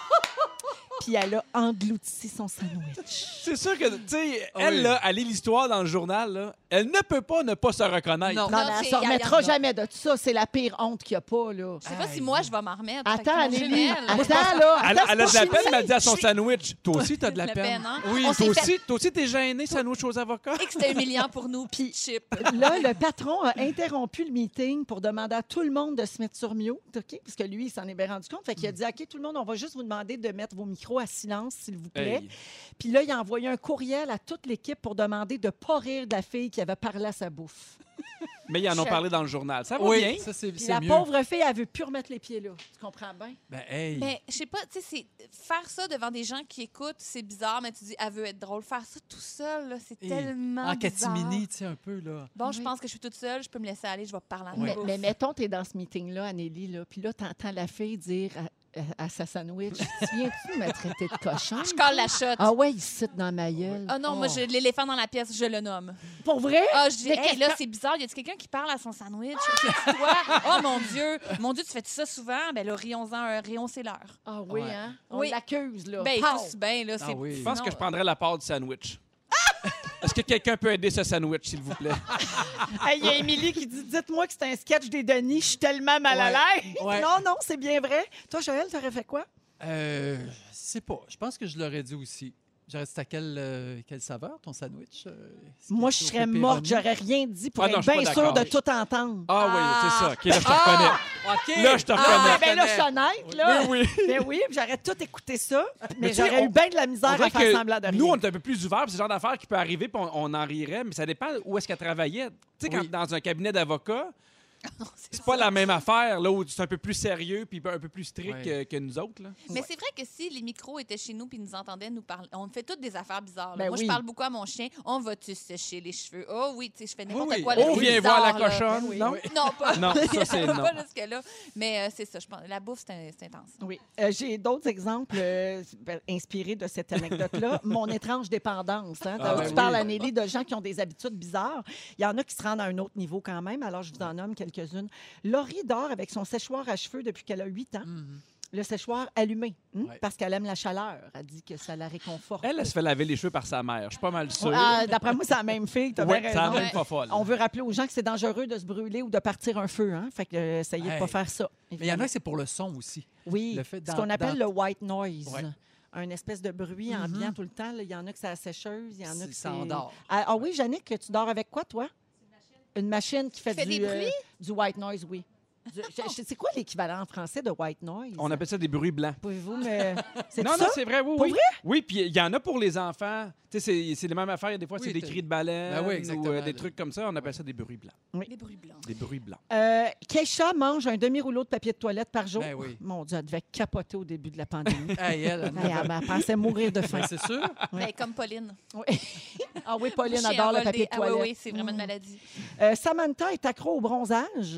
Puis elle a englouti son sandwich. C'est sûr que, tu sais, Ah elle, oui. là, elle lit l'histoire dans le journal, là, elle ne peut pas ne pas se reconnaître. Non. Non, mais elle c'est- se remettra y a- jamais de ça. C'est la pire honte qu'il n'y a pas, là. Je sais pas si moi, je vais m'en remettre. Attends, Fait que Anneli. mon Attends, jumelle- là. Elle, Attends, elle a de c'est la pas peine, fini. mais elle dit à son Je- sandwich. Toi aussi, t'as de la La peine. peine, hein? Oui, On Toi s'est fait- aussi, toi aussi, t'es gêné, sandwich aux avocats? Et que c'était humiliant pour nous, puis chip. Là, le patron a interrompu le meeting pour demander à tout le monde de se mettre sur mute, OK? Parce que lui, il s'en est bien rendu compte. Fait qu'il a dit, OK, tout le monde, on va juste vous demander de mettre vos micros à silence, s'il vous plaît. Hey. Puis là, il a envoyé un courriel à toute l'équipe pour demander de ne pas rire de la fille qui avait parlé à sa bouffe. Mais ils en ont parlé dans le journal. Ça va Oui, bien. ça c'est Puis c'est la mieux. pauvre fille, elle veut plus remettre les pieds là. Tu comprends bien? Ben, hey. Mais je sais pas, tu sais, c'est- faire ça devant des gens qui écoutent, c'est bizarre, mais tu dis, elle veut être drôle. Faire ça tout seul, là, c'est Et tellement en bizarre. catimini, tu sais, un peu, là. Bon, je Oui. pense que je suis toute seule, je peux me laisser aller, je vais parler à Ouais. Mais, ma mais bouffe. mettons, tu es dans ce meeting-là, Anneli, là, puis là, tu entends la fille dire à, à sa sandwich, tu viens-tu me traiter de cochon? Je colle la shot. Ah ouais, il cite dans ma gueule. Ah non, moi, Oh. je- l'éléphant dans la pièce, je le nomme. Pour vrai? Ah, je dis, Mais hey, qu'est-ce là, que- c'est bizarre, y a-tu quelqu'un qui parle à son sandwich? C'est toi? Oh mon Dieu! Mon Dieu, tu fais ça souvent? Ben là, rions-en, un rion, c'est l'heure. Ah oui, Ouais. hein? On Oui. l'accuse, là. Ben, Pow! tous bien, là. Ah c'est- oui. Je pense sinon, que je prendrais la part du sandwich. Est-ce que quelqu'un peut aider ce sandwich, s'il vous plaît? Hey, il y a Émilie qui dit, dites-moi que c'est un sketch des Denis, je suis tellement mal à l'aise. Ouais. Non, non, c'est bien vrai. Toi, Joël, t'aurais fait quoi? Euh, je sais pas. Je pense que je l'aurais dit aussi. J'aurais dit, à quelle, euh, quelle saveur, ton sandwich? euh, c'est Moi, quelque je chose serais pepperoni? morte, j'aurais rien dit pour Ah non, être je suis bien pas sûre de d'accord. tout entendre. Ah oui, Ah. c'est ça. OK, là, je te reconnais. OK. Là, je te Ah, reconnais. ben là, je suis honnête, là. Oui, oui. Ben oui, j'aurais tout écouté ça, mais Mais tu sais, j'aurais on- eu bien de la On misère dirait à faire que semblant de rien. nous, on est un peu plus ouverts, puis c'est le genre d'affaire qui peut arriver, puis on, on en rirait, mais ça dépend où est-ce qu'elle travaillait. Tu sais, quand Oui. dans un cabinet d'avocat, non, c'est pas la même affaire, là, où c'est un peu plus sérieux, puis un peu plus strict Ouais. que, que nous autres, là. Mais c'est vrai que si les micros étaient chez nous puis nous entendaient nous parler, on fait toutes des affaires bizarres. là. Ben Moi, oui. je parle beaucoup à mon chien. On va-tu se sécher les cheveux? Oh oui, tu sais, je fais n'importe Oui, oui. quoi. là, Oh, c'est viens bizarre, voir la là. cochonne, Oui, non? oui. Non, pas. Non, ça, c'est non. pas jusque-là. Mais euh, c'est ça, je pense. La bouffe, c'est un- c'est intense. Oui. Euh, j'ai d'autres exemples euh, ben, inspirés de cette anecdote-là. Mon étrange dépendance. Hein, Ah, tu ben parles, oui. Anneli, de gens qui ont des habitudes bizarres. Il y en a qui se rendent à un autre niveau quand même. Alors, je vous en nomme quelques-unes. Laurie dort avec son séchoir à cheveux depuis qu'elle a huit ans. Mhm. Le séchoir allumé, hein, Ouais. parce qu'elle aime la chaleur. Elle dit que ça la réconforte. Elle, elle se fait laver les cheveux par sa mère. Je suis pas mal sûr. Ah, d'après moi, c'est la même fille. Tu as Ouais, bien ça raison. même pas folle. On veut rappeler aux gens que c'est dangereux de se brûler ou de partir un feu. Hein? Fait que euh, essayez de Hey. pas faire ça. Mais il y en a, c'est pour le son aussi. Oui, le fait ce d'en- qu'on appelle d'en- le white noise. Ouais. Un espèce de bruit Mhm. ambiant tout le temps. là. Il y en a que c'est à la sécheuse, il y en a C'est- que ça c'est... endort. Ah, ah oui, Jannick, tu dors avec quoi, toi? Une machine qui fait, Fait du, des bruits? du white noise, oui. Du- je- je- c'est quoi l'équivalent en français de white noise? On appelle ça des bruits blancs. Pouvez-vous me... C'est Non, ça? non, c'est vrai, oui, Pour oui. vrai? Oui, puis il y en a pour les enfants. Tu sais, c'est- c'est les mêmes affaires. Des fois, Oui, c'est des t'as- cris de baleine Ben oui, ou exactement, euh, des là. trucs comme ça. On appelle ça des bruits blancs. Les bruits blancs. Des bruits blancs. Euh, Keisha mange un demi-rouleau de papier de toilette par jour. Ben oui. Mon Dieu, elle devait capoter au début de la pandémie. Hey, elle, elle- Hey, elle, elle pensait mourir de faim. Ben, c'est sûr. Ben, comme Pauline. Oui. Ah oui, Pauline Mon chien adore le avale papier des- de Ah toilette. oui, oui, c'est vraiment une Mm. maladie. Euh, Samantha est accro au bronzage.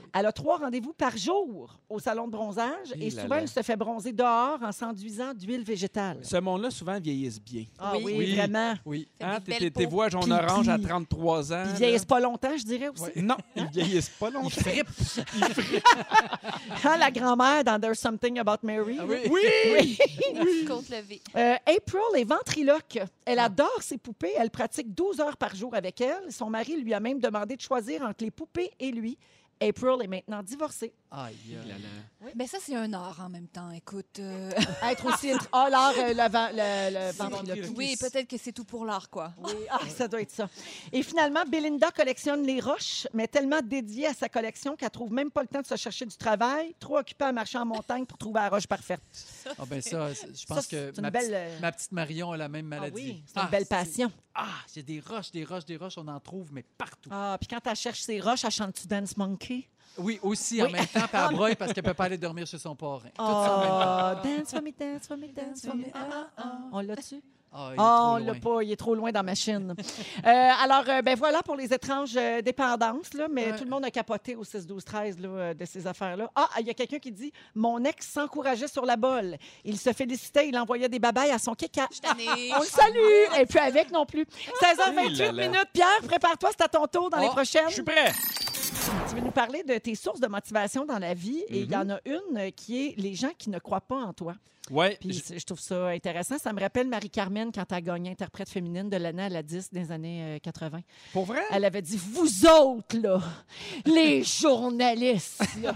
Elle a trois rendez-vous par jour au salon de bronzage Eh et là souvent, là. elle se fait bronzer dehors en s'enduisant d'huile végétale. Ce monde-là, souvent, vieillissent bien. Ah oui, Oui. Oui. vraiment. Oui. Fait Hein, des t'es- belles t'es- Tes peaux. voix Puis- jaune-orange à puis- trente-trois ans. Ils là. vieillissent pas longtemps, je dirais aussi. Non, ils vieillissent pas longtemps. Hein, la grand-mère dans There's Something About Mary. Ah là. oui. Oui. Côte levée. Euh, April est ventriloque. Elle adore ses poupées. Elle pratique douze heures par jour avec elle. Son mari lui a même demandé de choisir entre les poupées et lui. April est maintenant divorcée. Aïe, aïe. Mais ça, c'est un art en même temps. Écoute. euh, Être aussi... Ah, l'art, euh, le, vent- le, le ventriloque. Oui, peut-être que c'est tout pour l'art, quoi. Oui, ah, ça doit être ça. Et finalement, Belinda collectionne les roches, mais tellement dédiée à sa collection qu'elle trouve même pas le temps de se chercher du travail, trop occupée à marcher en montagne pour trouver la roche parfaite. Ah ben ça, c'est- je Ça, pense c'est que une ma, belle, petite, euh, ma petite Marion a la même Ah maladie. oui, c'est une belle c'est- passion. Ah, c'est des roches, des roches, des roches, on en trouve, mais partout. Ah, puis quand elle cherche ses roches, elle chante-tu Dance Monkey? Oui, aussi, Oui. en même temps, puis elle broye parce qu'elle peut pas aller dormir chez son parrain. Tout ça en même temps. Oh, dance for me, dance for me, dance for me. Ah, ah, ah. On l'a-tu? Ah, il est Oh, trop on l'a loin. pas, il est trop loin dans ma machine. Euh, alors, euh, ben voilà pour les étranges euh, dépendances, là, mais Ouais. tout le monde a capoté au six douze treize là, euh, de ces affaires-là. Ah, il y a quelqu'un qui dit « Mon ex s'encourageait sur la bolle. Il se félicitait, il envoyait des babayes à son kéka. Je suis tannée. On le salue! Et puis avec non plus. seize heures Eh vingt-huit là là. minutes. Pierre, prépare-toi, c'est à ton tour dans les Oh, prochaines. Je suis prêt. Tu veux nous parler de tes sources de motivation dans la vie. Et il y Mhm. en a une euh, qui est les gens qui ne croient pas en toi. Ouais. Puis je- c'est- je trouve ça intéressant. Ça me rappelle Marie-Carmen quand elle a gagné interprète féminine de l'année à la dix des années euh, quatre-vingt. Pour vrai? Elle avait dit « Vous autres, là, les journalistes, là,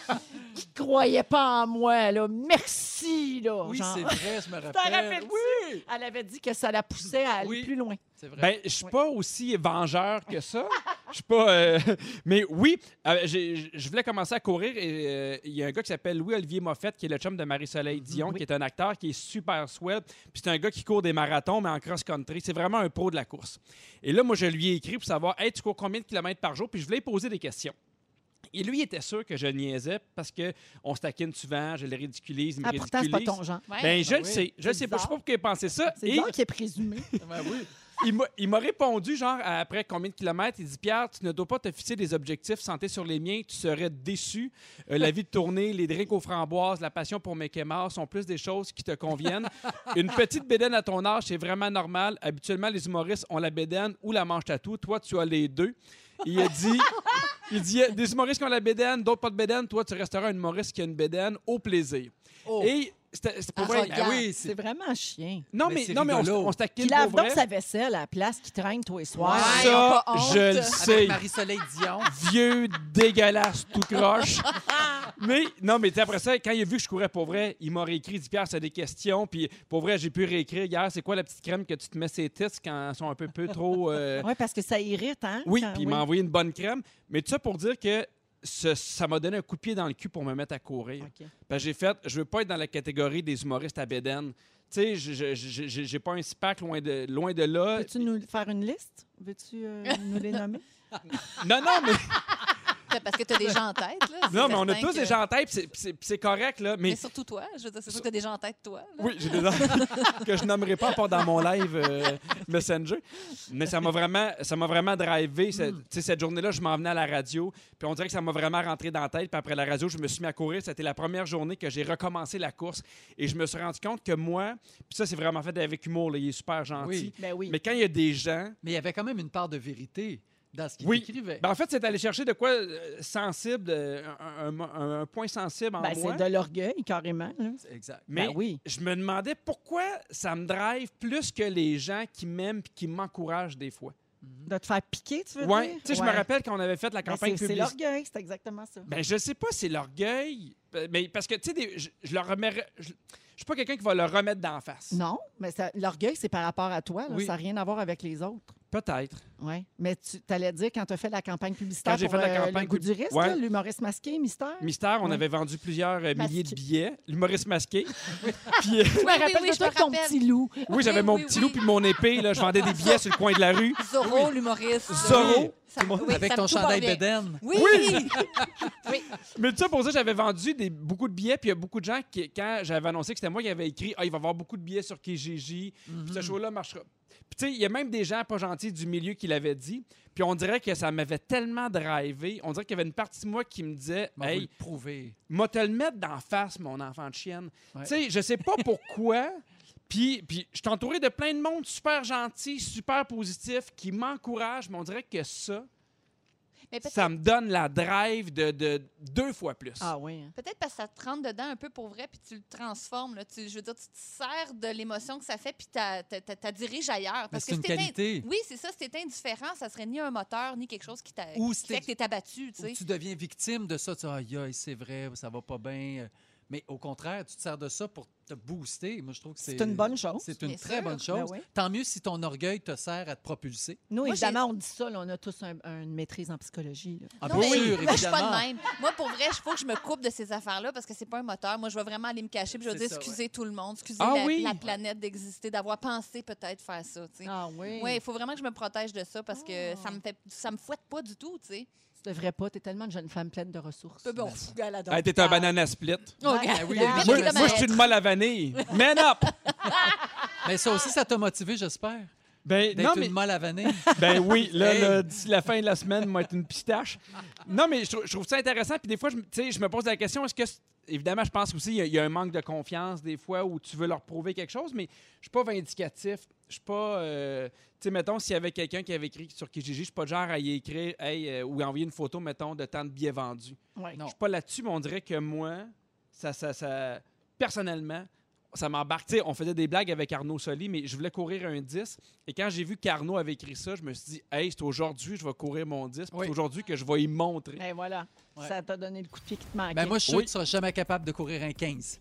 qui ne croyaient pas en moi, là, merci, là. Oui, Genre. c'est vrai, je me T'en rappelle. rappelles-tu? Oui, Elle avait dit que ça la poussait à aller Oui. plus loin. c'est vrai. Ben, je suis pas aussi vengeur que ça. Je suis pas. euh, Mais oui, euh, j'ai- je voulais commencer à courir et euh, il y a un gars qui s'appelle Louis-Olivier Moffett, qui est le chum de Marie-Soleil Dion, Oui. qui est un acteur qui est super swell. Puis c'est un gars qui court des marathons, mais en cross-country. C'est vraiment un pro de la course. Et là, moi, je lui ai écrit pour savoir, hey, tu cours combien de kilomètres par jour? Puis je voulais lui poser des questions. Et lui, il était sûr que je niaisais parce qu'on se taquine souvent, je le ridiculise, il me Ah, pourtant, c'est pas ridiculise. ton genre. Ouais. Ben, je Ben le oui. sais. Je C'est le sais pas. Je sais bizarre. pas pourquoi il pensait ça. C'est Et bizarre qui est présumé. Ben oui. il m'a- il m'a répondu, genre, après combien de kilomètres, il dit, Pierre, tu ne dois pas te fixer des objectifs santé sur les miens, tu serais déçu. Euh, la vie de tournée, les drinks aux framboises, la passion pour Mickey Mouse sont plus des choses qui te conviennent. Une petite bédaine à ton âge, c'est vraiment normal. Habituellement, les humoristes ont la bédaine ou la manche tatou. Toi, tu as les deux. Il a dit, il dit, des humoristes qui ont la bédaine, d'autres pas de bédaine. Toi, tu resteras un humoriste qui a une bédaine au plaisir. Oh. Et c'était c'était pour vrai. Arrogant. Ben oui, C'est c'est vraiment chien. Non, Mais mais, c'est non, mais on, se- rigolo. on se taquine Qui lave pour vrai. donc sa vaisselle à la place qui traîne tous les soirs. Ouais. ils ont Ça, pas honte. je le avec sais. Marie-Soleil Dion. Vieux, dégueulasse, tout croche. mais non, mais tu sais, après ça, quand il a vu que je courais pour vrai, il m'a réécrit, il dit Pierre, c'est des questions. Puis pour vrai, j'ai pu réécrire hier, c'est quoi la petite crème que tu te mets ses têtes quand elles sont un peu, peu trop. euh, Oui, parce que ça irrite, hein? Oui, quand- puis il m'a envoyé une bonne crème. Mais tout ça pour dire que ce- ça m'a donné un coup de pied dans le cul pour me mettre à courir. OK. Ben, j'ai fait, je veux pas être dans la catégorie des humoristes à bédaine. Tu sais, je- je- je- je- j'ai pas un six-pack loin de, loin de là. Veux-tu nous faire une liste? Veux-tu euh, nous les nommer? Non, non, mais. Parce que tu as des gens en tête, là. c'est Non, mais on a certain tous que- des gens en tête, puis c'est- puis c'est puis c'est correct, là. Mais Mais surtout toi. Je veux dire, c'est sûr que tu as des gens en tête, toi. là. oui, j'ai des gens que je nommerai pas, à part dans mon live euh, Messenger. Mais ça m'a vraiment, ça m'a vraiment drivé. Ce- tu sais, cette journée-là, je m'en venais à la radio, puis on dirait que ça m'a vraiment rentré dans la tête. Puis après la radio, je me suis mis à courir. C'était la première journée que j'ai recommencé la course. Et je me suis rendu compte que moi, puis ça, c'est vraiment fait avec humour, là, il est super gentil. Oui. Ben oui. Mais quand il y a des gens. Mais il y avait quand même une part de vérité dans ce qu'il Oui. écrivait. Ben, en fait, c'est aller chercher de quoi euh, sensible, euh, un, un- un- un point sensible en Ben, moi. c'est de l'orgueil, carrément. Là. Exact. Mais Ben oui. je me demandais pourquoi ça me drive plus que les gens qui m'aiment et qui m'encouragent des fois. De te faire piquer, tu veux Ouais. dire? Tu sais, je Ouais. me rappelle quand on avait fait la Ben, campagne c'est, c'est publicitaire. l'orgueil, c'est exactement ça. Ben, je sais pas si c'est l'orgueil. euh, Mais parce que, tu sais, des- je, je leur remets. Je, je suis pas quelqu'un qui va le remettre d'en face. Non, mais ça- l'orgueil, c'est par rapport à toi. Là. Oui. Ça n'a rien à voir avec les autres. Peut-être. Oui. Mais tu allais dire quand tu as fait la campagne publicitaire Quand j'ai pour fait la euh, campagne le goût du pub- risque, Ouais. là, l'humoriste masqué, mystère. Mystère, on Oui. avait vendu plusieurs euh, milliers de Masqué. billets. L'humoriste masqué. Puis, euh, Je me Oui, rappelle oui, de je toi me avec ton rappelle. petit loup. oui, j'avais Oui, mon oui, petit oui. loup puis mon épée. Là, je vendais des billets sur le coin de la rue. Zorro, l'humoriste. là. Zorro. Ça- oui, Avec ça ton tout va chandail bien. bédaine. Oui! oui. Mais tu sais, pour ça, j'avais vendu des, beaucoup de billets, puis il y a beaucoup de gens qui, quand j'avais annoncé que c'était moi qui avait écrit « Ah, il va y avoir beaucoup de billets sur Kijiji, puis ce show-là marchera. » Puis tu sais, il y a même des gens pas gentils du milieu qui l'avaient dit, puis on dirait que ça m'avait tellement drivé, on dirait qu'il y avait une partie de moi qui me disait Bon, vous Hey, le prouvez. m'a te le mettre d'en face, mon enfant de chienne. Ouais. Tu sais, je sais pas pourquoi. Puis, puis je suis entouré de plein de monde super gentil, super positif, qui m'encourage, mais on dirait que ça, Mais peut-être ça me donne la drive de, de deux fois plus. Ah oui. hein. peut-être parce que ça te rentre dedans un peu pour vrai, puis tu le transformes. Là. Tu, je veux dire, tu te sers de l'émotion que ça fait, puis tu diriges ailleurs. Mais Parce c'est que une si t'étais- qualité. Oui, c'est ça. Si t'étais indifférent, ça serait ni un moteur, ni quelque chose qui, t'a- Ou qui si fait t'es- que t'es abattu. Tu Ou sais. tu deviens victime de ça. Tu dis, aïe, aïe, c'est vrai, ça va pas bien. Mais au contraire, tu te sers de ça pour te booster. Moi, je trouve que c'est... C'est une bonne chose. C'est une Bien très sûr. bonne chose. Ben oui. Tant mieux si ton orgueil te sert à te propulser. Nous, Moi, évidemment, on dit ça, là, on a tous un- une maîtrise en psychologie. là. Ah, Non, bien mais sûr, moi, je suis pas évidemment. de même. Moi, pour vrai, il faut que je me coupe de ces affaires-là parce que c'est pas un moteur. Moi, je vais vraiment aller me cacher puis je vais C'est dire ça, excusez tout le monde, excusez Ah la, oui? la planète d'exister, d'avoir pensé peut-être faire ça. Tu sais. Ah oui. Oui, il faut vraiment que je me protège de ça parce que ça me fait, ça me fouette pas du tout, tu sais. Tu devrais pas. Tu es tellement une jeune femme pleine de ressources. Bon, Hey, t'es un banana split. Ouais. OK. oui, Vite, moi, Moi, kilomètres. moi je suis une molle à vanille. Man up! Mais ça aussi, ça t'a motivé, j'espère. Ben, D'être non, une mais, molle à vanille. ben oui, là, Hey. là, d'ici la fin de la semaine, moi, être une pistache. Non, mais je, trou- je trouve ça intéressant. Puis des fois, je, me- tu sais, je me pose la question, est-ce que, c'est- évidemment, je pense aussi qu'il y, a- il y a un manque de confiance des fois où tu veux leur prouver quelque chose, mais je suis pas vindicatif. Je suis pas... euh, tu sais, mettons, s'il y avait quelqu'un qui avait écrit sur Kijiji, je suis pas de genre à y écrire hey, euh, ou envoyer une photo, mettons, de tant de billets vendus. Ouais. Non. Je suis pas là-dessus, mais on dirait que moi, ça, ça, ça personnellement, ça m'embarque. Tu sais, on faisait des blagues avec Arnaud Soli, mais je voulais courir un dix. Et quand j'ai vu qu'Arnaud avait écrit ça, je me suis dit, hey, c'est aujourd'hui que je vais courir mon dix. puis Oui. C'est aujourd'hui que je vais y montrer. Et voilà. Ouais. Ça t'a donné le coup de pied qui te manquait. Ben moi, je suis sûr Oui. que tu seras jamais capable de courir un quinze.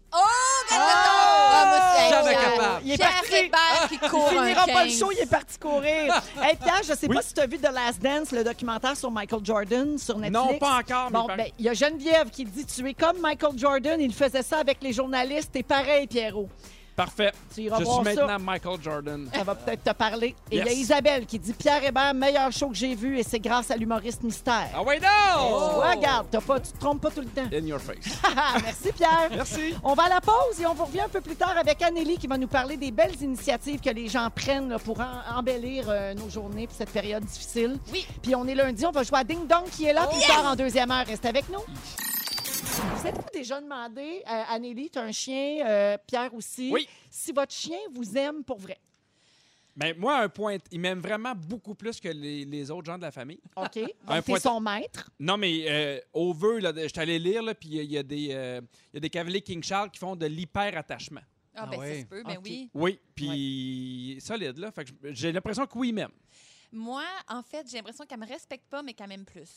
Ah, moi, c'est Jamais Pierre. capable. Il est Pierre parti. Hébert qui Il court un finira pas le quinze. show, il est parti courir. Hey Pierre, je sais Oui. pas si tu as vu The Last Dance, le documentaire sur Michael Jordan sur Netflix. Non, pas encore, mais Bon, par- ben, il y a Geneviève qui dit tu es comme Michael Jordan, il faisait ça avec les journalistes, t'es pareil, Pierrot. Parfait. Tu iras Je voir suis ça. maintenant Michael Jordan. Ça va peut-être te parler. Et il y a Yes. Isabelle qui dit Pierre Hébert, meilleur show que j'ai vu et c'est grâce à l'humoriste mystère. Ah ouais, Tu non! vois, regarde, t'as pas, tu te trompes pas tout le temps. In your face. Merci Pierre. Merci. On va à la pause et on vous revient un peu plus tard avec Anneli qui va nous parler des belles initiatives que les gens prennent là, pour en- embellir euh, nos journées pour cette période difficile. Oui. Puis on est lundi, on va jouer à Ding Dong qui est là plus tard en deuxième heure. Reste avec nous. Vous êtes-vous déjà demandé, euh, Anneli, tu as un chien, euh, Pierre aussi, Oui. si votre chien vous aime pour vrai? Ben, moi, un point, il m'aime vraiment beaucoup plus que les, les autres gens de la famille. OK? Un Donc, t'es point- son maître. Non, mais euh, au vœu, là, de- je suis allé lire, là, puis il y a- il y, a des, euh, il y a des cavaliers King Charles qui font de l'hyper-attachement. Ah, Ah ben, ça ouais. se peut, ben Ok. oui. Oui, puis solide, là. Fait que je- j'ai l'impression que oui, il m'aime. Moi, en fait, j'ai l'impression qu'elle me respecte pas, mais qu'elle m'aime plus.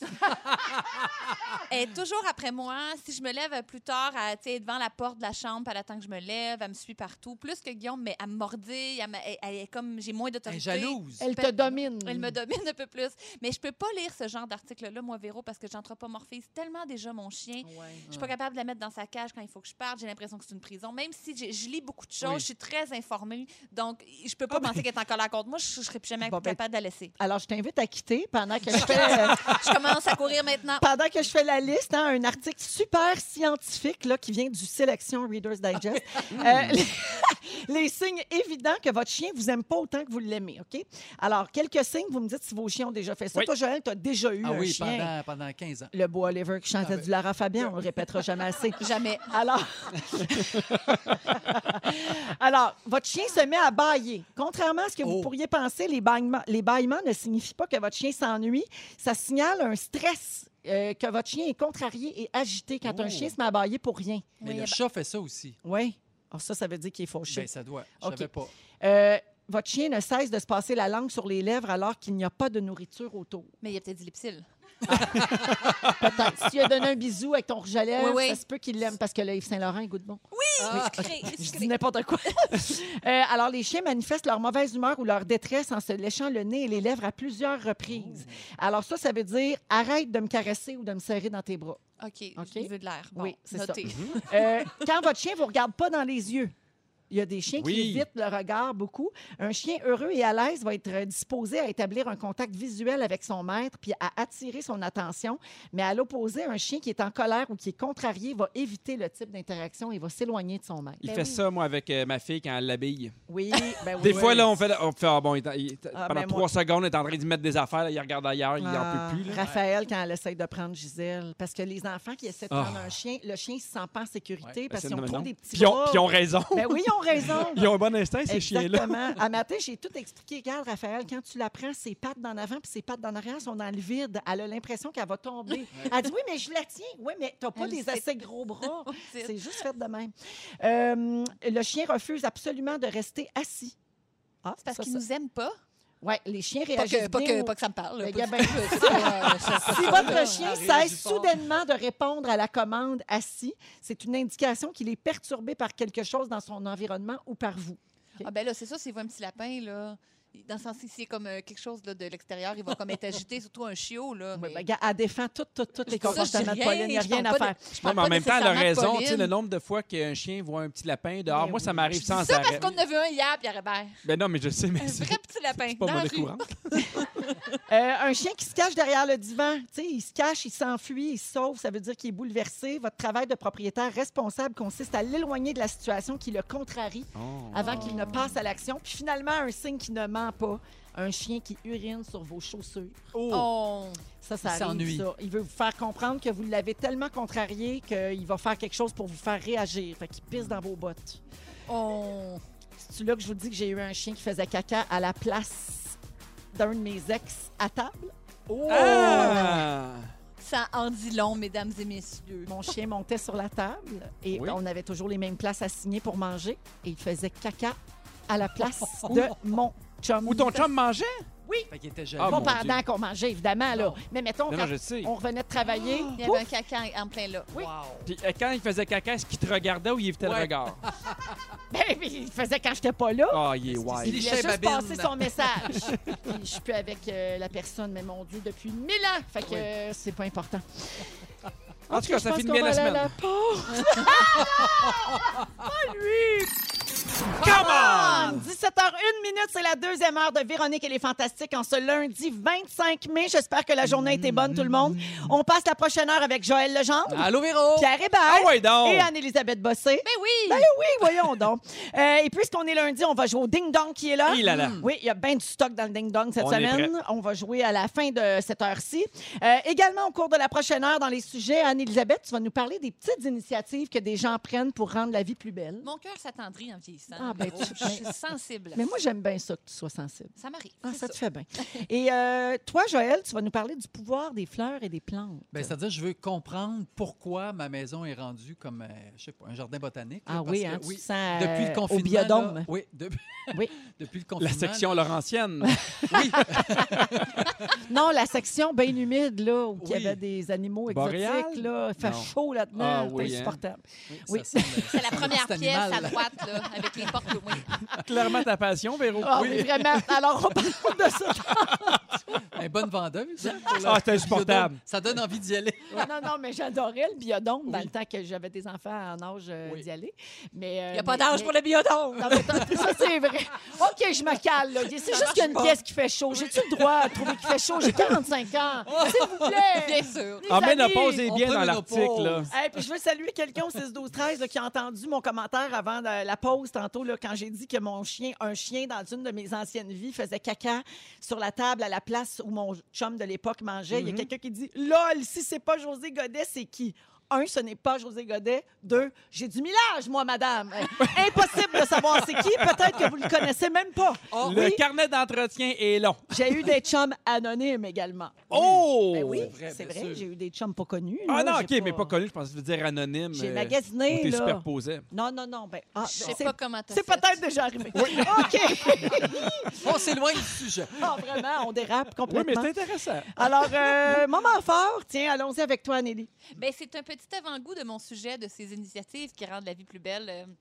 Elle est toujours après moi. Si je me lève plus tard, elle, tu sais, elle est devant la porte de la chambre, puis elle attend que je me lève, elle me suit partout. Plus que Guillaume, mais elle me mordit, elle, me- elle- elle est comme, j'ai moins Elle est d'autorité. jalouse. Elle te Pe- domine. Elle me domine un peu plus. Mais je peux pas lire ce genre d'article-là, moi, Véro, parce que j'anthropomorphise tellement déjà mon chien. Je suis pas capable de la mettre dans sa cage quand il faut que je parte. J'ai l'impression que c'est une prison. Même si j'ai- je lis beaucoup de choses, Oui. je suis très informée. Donc, je peux pas penser qu'elle est en colère contre moi. Je, je serais plus jamais Bon, ben- capable de la laisser. Alors, je t'invite à quitter pendant que je fais... euh, Je commence à courir maintenant. Pendant que je fais la liste, hein, un article super scientifique là, qui vient du Sélection Reader's Digest. Euh, les, les signes évidents que votre chien vous aime pas autant que vous l'aimez, OK? Alors, quelques signes, vous me dites si vos chiens ont déjà fait ça. Oui. Toi, Joël, tu as déjà eu Ah un oui, chien. pendant, pendant quinze ans. Le beau Oliver qui chantait Ah ben. du Lara Fabian, on le répétera jamais assez. Jamais. Alors, Alors, votre chien se met à bâiller. Contrairement à ce que vous Oh. pourriez penser, les bâillements, les bâillements ne signifient pas que votre chien s'ennuie. Ça signale un stress, euh, que votre chien est contrarié et agité quand un Oh. chien se met à bâiller pour rien. Mais Oui, le ben- chat fait ça aussi. Oui. Alors ça, ça veut dire qu'il est fauché. Ben, ça doit. Je OK. savais pas. Euh, votre chien ne cesse de se passer la langue sur les lèvres alors qu'il n'y a pas de nourriture autour. Mais il y a peut-être du lipsil. Peut-être. Si tu lui as donné un bisou avec ton rouge à lèvres, Oui, oui. ça se peut qu'il l'aime parce que le Yves Saint-Laurent, il goûte bon. Ah, OK. cré- Je dis cré- n'importe quoi. Euh, alors, les chiens manifestent leur mauvaise humeur ou leur détresse en se léchant le nez et les lèvres à plusieurs reprises. Alors ça, ça veut dire arrête de me caresser ou de me serrer dans tes bras. OK, OK. il veut de l'air. Bon, Oui, c'est ça. noté. Euh, quand votre chien vous regarde pas dans les yeux, Il y a des chiens Oui. qui évitent le regard beaucoup. Un chien heureux et à l'aise va être disposé à établir un contact visuel avec son maître puis à attirer son attention. Mais à l'opposé, un chien qui est en colère ou qui est contrarié va éviter le type d'interaction et va s'éloigner de son maître. Il Ben fait oui. ça, moi, avec euh, ma fille quand elle l'habille. Oui, ben oui. Des oui. fois, là, on fait, on fait ah, bon, il, il- Ah, pendant ben, trois moi- secondes, il est en train d'y mettre des affaires, là, il regarde ailleurs, il n'en Ah, peut plus. Là. Raphaël, quand elle essaye de prendre Gisèle. Parce que les enfants qui essaient de Ah. prendre un chien, le chien ne se sent pas en sécurité Ouais, parce Ben, qu'ils ont c'est- trop non. des petits Puis ils ont, bras. puis ils ont raison. Ben oui, ils ont raison. Ils ont un bon instinct, ces chiens-là. Exactement. À matin, j'ai tout expliqué. Regarde, Raphaël, quand tu la prends, ses pattes d'en avant puis ses pattes d'en arrière sont dans le vide. Elle a l'impression qu'elle va tomber. Elle dit, oui, mais je la tiens. Oui, mais tu n'as pas Elle des sait. assez gros bras. C'est- C'est juste fait de même. Euh, le chien refuse absolument de rester assis. Ah, C'est parce ça, qu'ils ça- nous aiment pas. Ouais, les chiens Pas réagissent que, pas, bien que, au- pas que ça me parle. là, Le pas gabin. du tout, là. Ça, euh, ça- ça- Si ça- votre là, chien elle réagit cesse fort. soudainement de répondre à la commande assis, c'est une indication qu'il est perturbé par quelque chose dans son environnement ou par vous. Ah ben là, c'est ça, s'il voit un petit lapin, là, dans le sens si c'est comme euh, quelque chose là, de l'extérieur, il va comme être agité, surtout un chiot. Là, Ouais, mais- ben, regarde, elle défend tous tout, tout les Ça, je dis comportements de rien, Pauline. Il n'y a je rien parle à pas faire. de- je Non, parle mais en pas même temps, elle a nécessairement de raison. Pauline. Tu sais, le nombre de fois qu'un chien voit un petit lapin dehors, Ben moi, ça oui. m'arrive Je sans dis ça arrêt. parce qu'on en a vu un hier, Pierre Hébert. Ben non, mais je sais, mais Un c'est vrai petit lapin. c'est pas dans la monnaie rue. courante. Euh, un chien qui se cache derrière le divan, tu sais, il se cache, il s'enfuit, il se sauve, ça veut dire qu'il est bouleversé. Votre travail de propriétaire responsable consiste à l'éloigner de la situation qui le contrarie avant qu'il ne passe à l'action. Puis finalement, un signe qui ne ment pas, un chien qui urine sur vos chaussures. Oh. Ça, ça Il arrive, s'ennuie. ça. Il veut vous faire comprendre que vous l'avez tellement contrarié qu'il va faire quelque chose pour vous faire réagir. Fait qu'il pisse dans vos bottes. Oh. C'est-tu là que je vous dis que j'ai eu un chien qui faisait caca à la place d'un de mes ex à table? Oh! Ah! Ça en dit long, mesdames et messieurs. Mon chien montait sur la table et Oui. on avait toujours les mêmes places assignées pour manger et il faisait caca à la place de mon chum. Ou ton chum mangeait? Fait qu'il était Ah, jaloux. Pas mon pendant qu'on mangeait, évidemment, là. Non. Mais mettons, Non, quand non, je sais. on revenait de travailler, Il y pouf, avait un caca en, en plein là. Oui. Wow. Puis euh, quand il faisait caca, est-ce qu'il te regardait ou il évitait le Ouais. regard? ben, il faisait quand j'étais pas là. Ah, il est Il wild. voulait Cliché juste babine. passer son message. Puis je suis plus avec euh, la personne, mais mon Dieu, depuis mille ans. Fait que Oui. euh, c'est pas important. En tout cas, Ok, ça je pense finit qu'on bien va la aller à semaine. la pause. Ah, lui! Come on! dix-sept heures une minute, c'est la deuxième heure de Véronique et les Fantastiques en ce lundi vingt-cinq mai. J'espère que la journée a été bonne, tout le monde. On passe la prochaine heure avec Joël Legendre, Allô, Véro! Pierre Hébert Ah ouais, donc! et Anne-Élisabeth Bossé. Ben oui! Ben oui, voyons donc. Euh, et puisqu'on est lundi, on va jouer au Ding Dong qui est là. Il là là. Oui, il y a bien du stock dans le Ding Dong cette On est semaine. On va jouer à la fin de cette heure-ci. Euh, également, au cours de la prochaine heure, dans les sujets, Anne-Élisabeth, tu vas nous parler des petites initiatives que des gens prennent pour rendre la vie plus belle. Mon cœur s'attendrit en vieillissant. Ah, ben, Véro. tu- Je suis sensible. Mais moi, j'aime bien ça que tu sois sensible. Ça m'arrive. Ah, c'est ça ça. te fait bien. Et euh, toi, Joël, tu vas nous parler du pouvoir des fleurs et des plantes. Ben, c'est-à-dire, je veux comprendre pourquoi ma maison est rendue comme, euh, je sais pas, un jardin botanique. là, Ah parce oui, que, hein, tu oui, te sens depuis euh, le confinement. au biodôme. là, oui, depuis, Oui. depuis le confinement. La section là, laurentienne. oui, Non, la section bien humide, là, où il y Oui. avait des animaux Boréal? exotiques, là. Il fait Non. chaud là-dedans. Ah c'est oui, hein. insupportable. oui, Oui. ça semble- C'est la un première petit pièce animal. à droite, là, avec les portes. Oui. Clairement ta passion, Véro. Ah oui, vraiment. Alors, on parle de ça. Une bonne vendeuse. hein, pour le- Ah, c'est insupportable. Ça donne envie d'y aller. Non, non, mais j'adorais le biodôme dans Oui. le temps que j'avais des enfants en âge euh, Oui. d'y aller. Mais, euh, Il n'y a pas mais- d'âge mais- pour le biodôme. Non, mais t'as- ça, c'est vrai. OK, je me cale. là. C'est juste qu'il y a une pièce qui fait chaud. J'ai-tu le droit de trouver qu'il fait chaud? J'ai quarante-cinq ans. S'il vous plaît. Bien sûr. Les En amis. ménopause est on bien prend dans une l'article, là. pause. Hey, puis je veux saluer quelqu'un au six douze treize là, qui a entendu mon commentaire avant de- la pause tantôt là, quand j'ai dit que mon chien, un chien dans une de mes anciennes vies faisait caca sur la table à la place où mon chum de l'époque mangeait. Il y a quelqu'un qui dit « Lol, si c'est pas José Godet, c'est qui? » Un, ce n'est pas José Godet. Deux, j'ai du millage, moi, madame. Euh, Impossible de savoir c'est qui. Peut-être que vous le connaissez même pas. Le Oui, carnet d'entretien est long. j'ai eu des chums anonymes également. Oh! Ben oui, C'est vrai, c'est bien vrai. sûr. J'ai eu des chums pas connus. Ah là. non, J'ai OK, mais pas connu. Je pense que tu veux dire anonyme. J'ai euh, magasiné, on t'est là. superposé. Non, non, non. Ben, ah, Je ben, sais c'est pas comment t'as c'est fait. peut-être déjà arrivé. OK. On s'éloigne du sujet. Ah, vraiment, on dérape Oui, mais complètement. c'est intéressant. Alors, euh, moment fort. Tiens, allons-y avec toi, Anneli. Ben, c'est un petit avant-goût de mon sujet, de ces initiatives qui rendent la vie plus belle. Euh,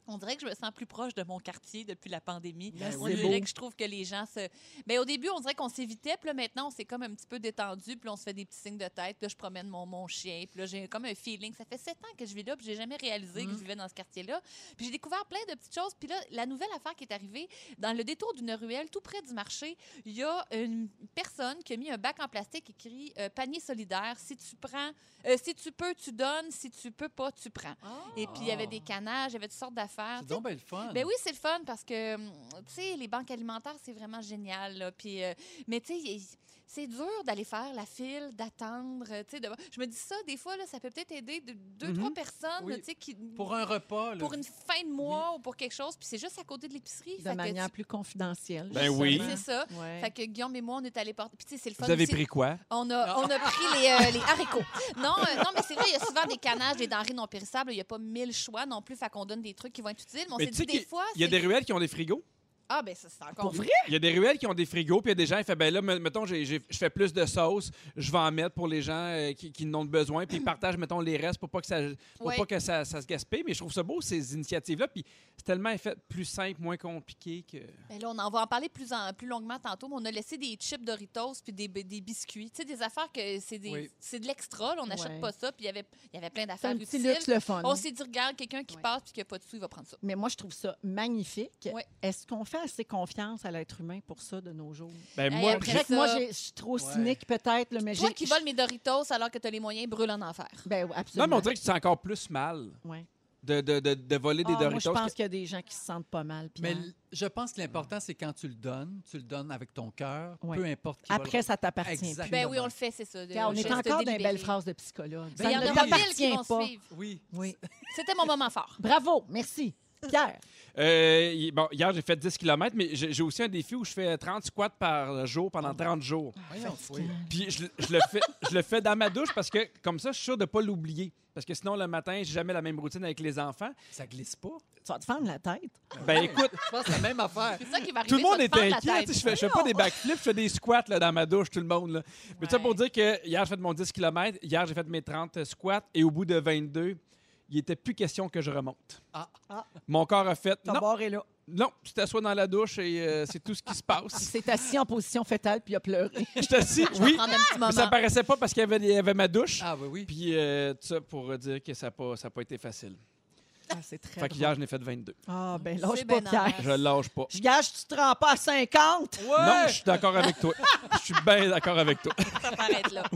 On dirait que je me sens plus proche de mon quartier depuis la pandémie. Ben, on c'est dirait beau. que je trouve que les gens se... Ben, au début, on dirait qu'on s'évitait, puis là, maintenant, on s'est comme un petit peu détendu, puis là, on se fait des petits signes de tête, puis là, je promène mon, mon chien, puis là, j'ai comme un feeling. Ça fait sept ans que je vis là, puis j'ai jamais réalisé Mm. que je vivais dans ce quartier-là. Puis j'ai découvert plein de petites choses, puis là, la nouvelle affaire qui est arrivée, dans le détour d'une ruelle, tout près du marché, il y a une personne qui a mis un bac en plastique écrit euh, « Panier solidaire, si tu prends... euh, si tu peux, tu donnes, si tu peux pas, tu prends. Et puis, il y avait des canages, il y avait toutes sortes d'affaires. C'est donc bien le fun. Ben oui, c'est le fun parce que, hum, tu sais, les banques alimentaires, c'est vraiment génial. Là. Puis, euh, mais tu sais, y- c'est dur d'aller faire la file, d'attendre. euh, tu sais, de- Je me dis ça, des fois, là, ça peut peut-être aider de- deux, Mhm. trois personnes, Oui. là, tu sais, qui... Pour un repas, là. pour une fin de mois ou pour quelque chose, puis c'est juste à côté de l'épicerie. De Fait que manière tu- plus confidentielle. Ben oui. justement. C'est ça. Ouais. Fait que Guillaume et moi, on est allés porter. Puis tu sais, c'est le fun Vous avez aussi. pris quoi? On a, on a pris les, euh, les haricots. Non, euh, non, mais c'est vrai, il y a souvent des canages, des denrées non périssables. Il n'y a pas mille choix non plus. Fait qu'on donne des trucs qui vont être utiles. Mais on Mais s'est tu dit sais des qu'il- fois. Il y a c'est- des ruelles qui ont des frigos. Ah, ben ça, c'est encore Pour vrai? Il y a des ruelles qui ont des frigos, puis il y a des gens qui font, ben là, me- mettons, j'ai- j'ai- je fais plus de sauce, je vais en mettre pour les gens euh, qui, qui en ont besoin, puis ils partagent, mettons, les restes pour pas que ça, pour Ouais. pas que ça, ça se gaspille. Mais je trouve ça beau, ces initiatives-là, puis c'est tellement fait plus simple, moins compliqué que... Ben là, on en va en parler plus, en, plus longuement tantôt, mais on a laissé des chips Doritos puis des, des biscuits. Tu sais, des affaires que c'est des, Oui. c'est de l'extra. là, on n'achète Ouais. pas ça. Puis il y avait- il y avait plein C'est d'affaires un petit utiles. luxe le fun. On s'est dit, regarde, quelqu'un qui Ouais. passe puis qui n'a pas de sous, il va prendre ça. Mais moi, je trouve ça magnifique. Ouais. Est-ce qu'on fait assez confiance à l'être humain pour ça de nos jours? Ben Hey, moi, après j'ai- Peut-être que moi, ça- j'ai- je suis trop Ouais. cynique, peut-être, là, mais Toi j'ai... qui voles mes Doritos alors que tu as les moyens, brûle en enfer. Ben, oui, non, absolument. mais on dirait que c'est encore plus mal Ouais. de, de, de, de voler des Ah, moi, Doritos. je pense qu'il y a des gens qui se sentent pas mal. Mais Pierre. l- je pense que l'important, c'est quand tu le donnes, tu le donnes avec ton cœur, Ouais. peu importe qui va Après, le- ça t'appartient Exact. plus. Ben oui, on le fait, c'est ça. Regarde, on Le est geste encore dans les délibéré. belles phrases de psychologue. Ben, Ça il y en ne a mille qui t'appartient vont pas. suivre. Oui. Oui. C'était mon moment fort. Bravo, merci. Pierre, Euh, y- bon, hier, j'ai fait dix kilomètres, mais j'ai j'ai aussi un défi où je fais trente squats par jour pendant trente jours. Voyons, oui. Puis je, je le fais, je le fais dans ma douche parce que comme ça, je suis sûr de ne pas l'oublier. Parce que sinon, le matin, j'ai jamais la même routine avec les enfants. Ça glisse pas. tu vas te fendre la tête. Ben écoute, Je pense que c'est la même affaire. C'est ça qui va arriver. tout le monde ça est te fend la inquiet. tête. tu sais, Je fais, je fais pas des backflips, je fais des squats là, dans ma douche, tout le monde. Là. Mais ça Ouais. pour dire que hier, j'ai fait mon dix kilomètres. Hier, j'ai fait mes trente squats. Et au bout de vingt-deux, il n'était plus question que je remonte. Ah. Ah. Mon corps a fait. Ton Non, bord est là. non, tu t'assois dans la douche et euh, c'est tout ce qui se Il passe. s'est assis en position fétale puis il a pleuré. Je suis assis, Je vais oui. prendre un petit Mais ça moment. paraissait pas parce qu'il y avait, il y avait ma douche. Ah, oui, oui. Puis euh, tout ça pour dire que ça n'a pas, ça a pas été facile. Ah, c'est très Fait drôle. qu'hier, je n'ai fait vingt-deux. Ah, ben C'est lâche pas, ben Pierre. nice. Je lâche pas. Je gage, tu te rends pas à cinquante. Non, je suis d'accord avec toi. Je suis bien d'accord avec toi. Ça paraît là.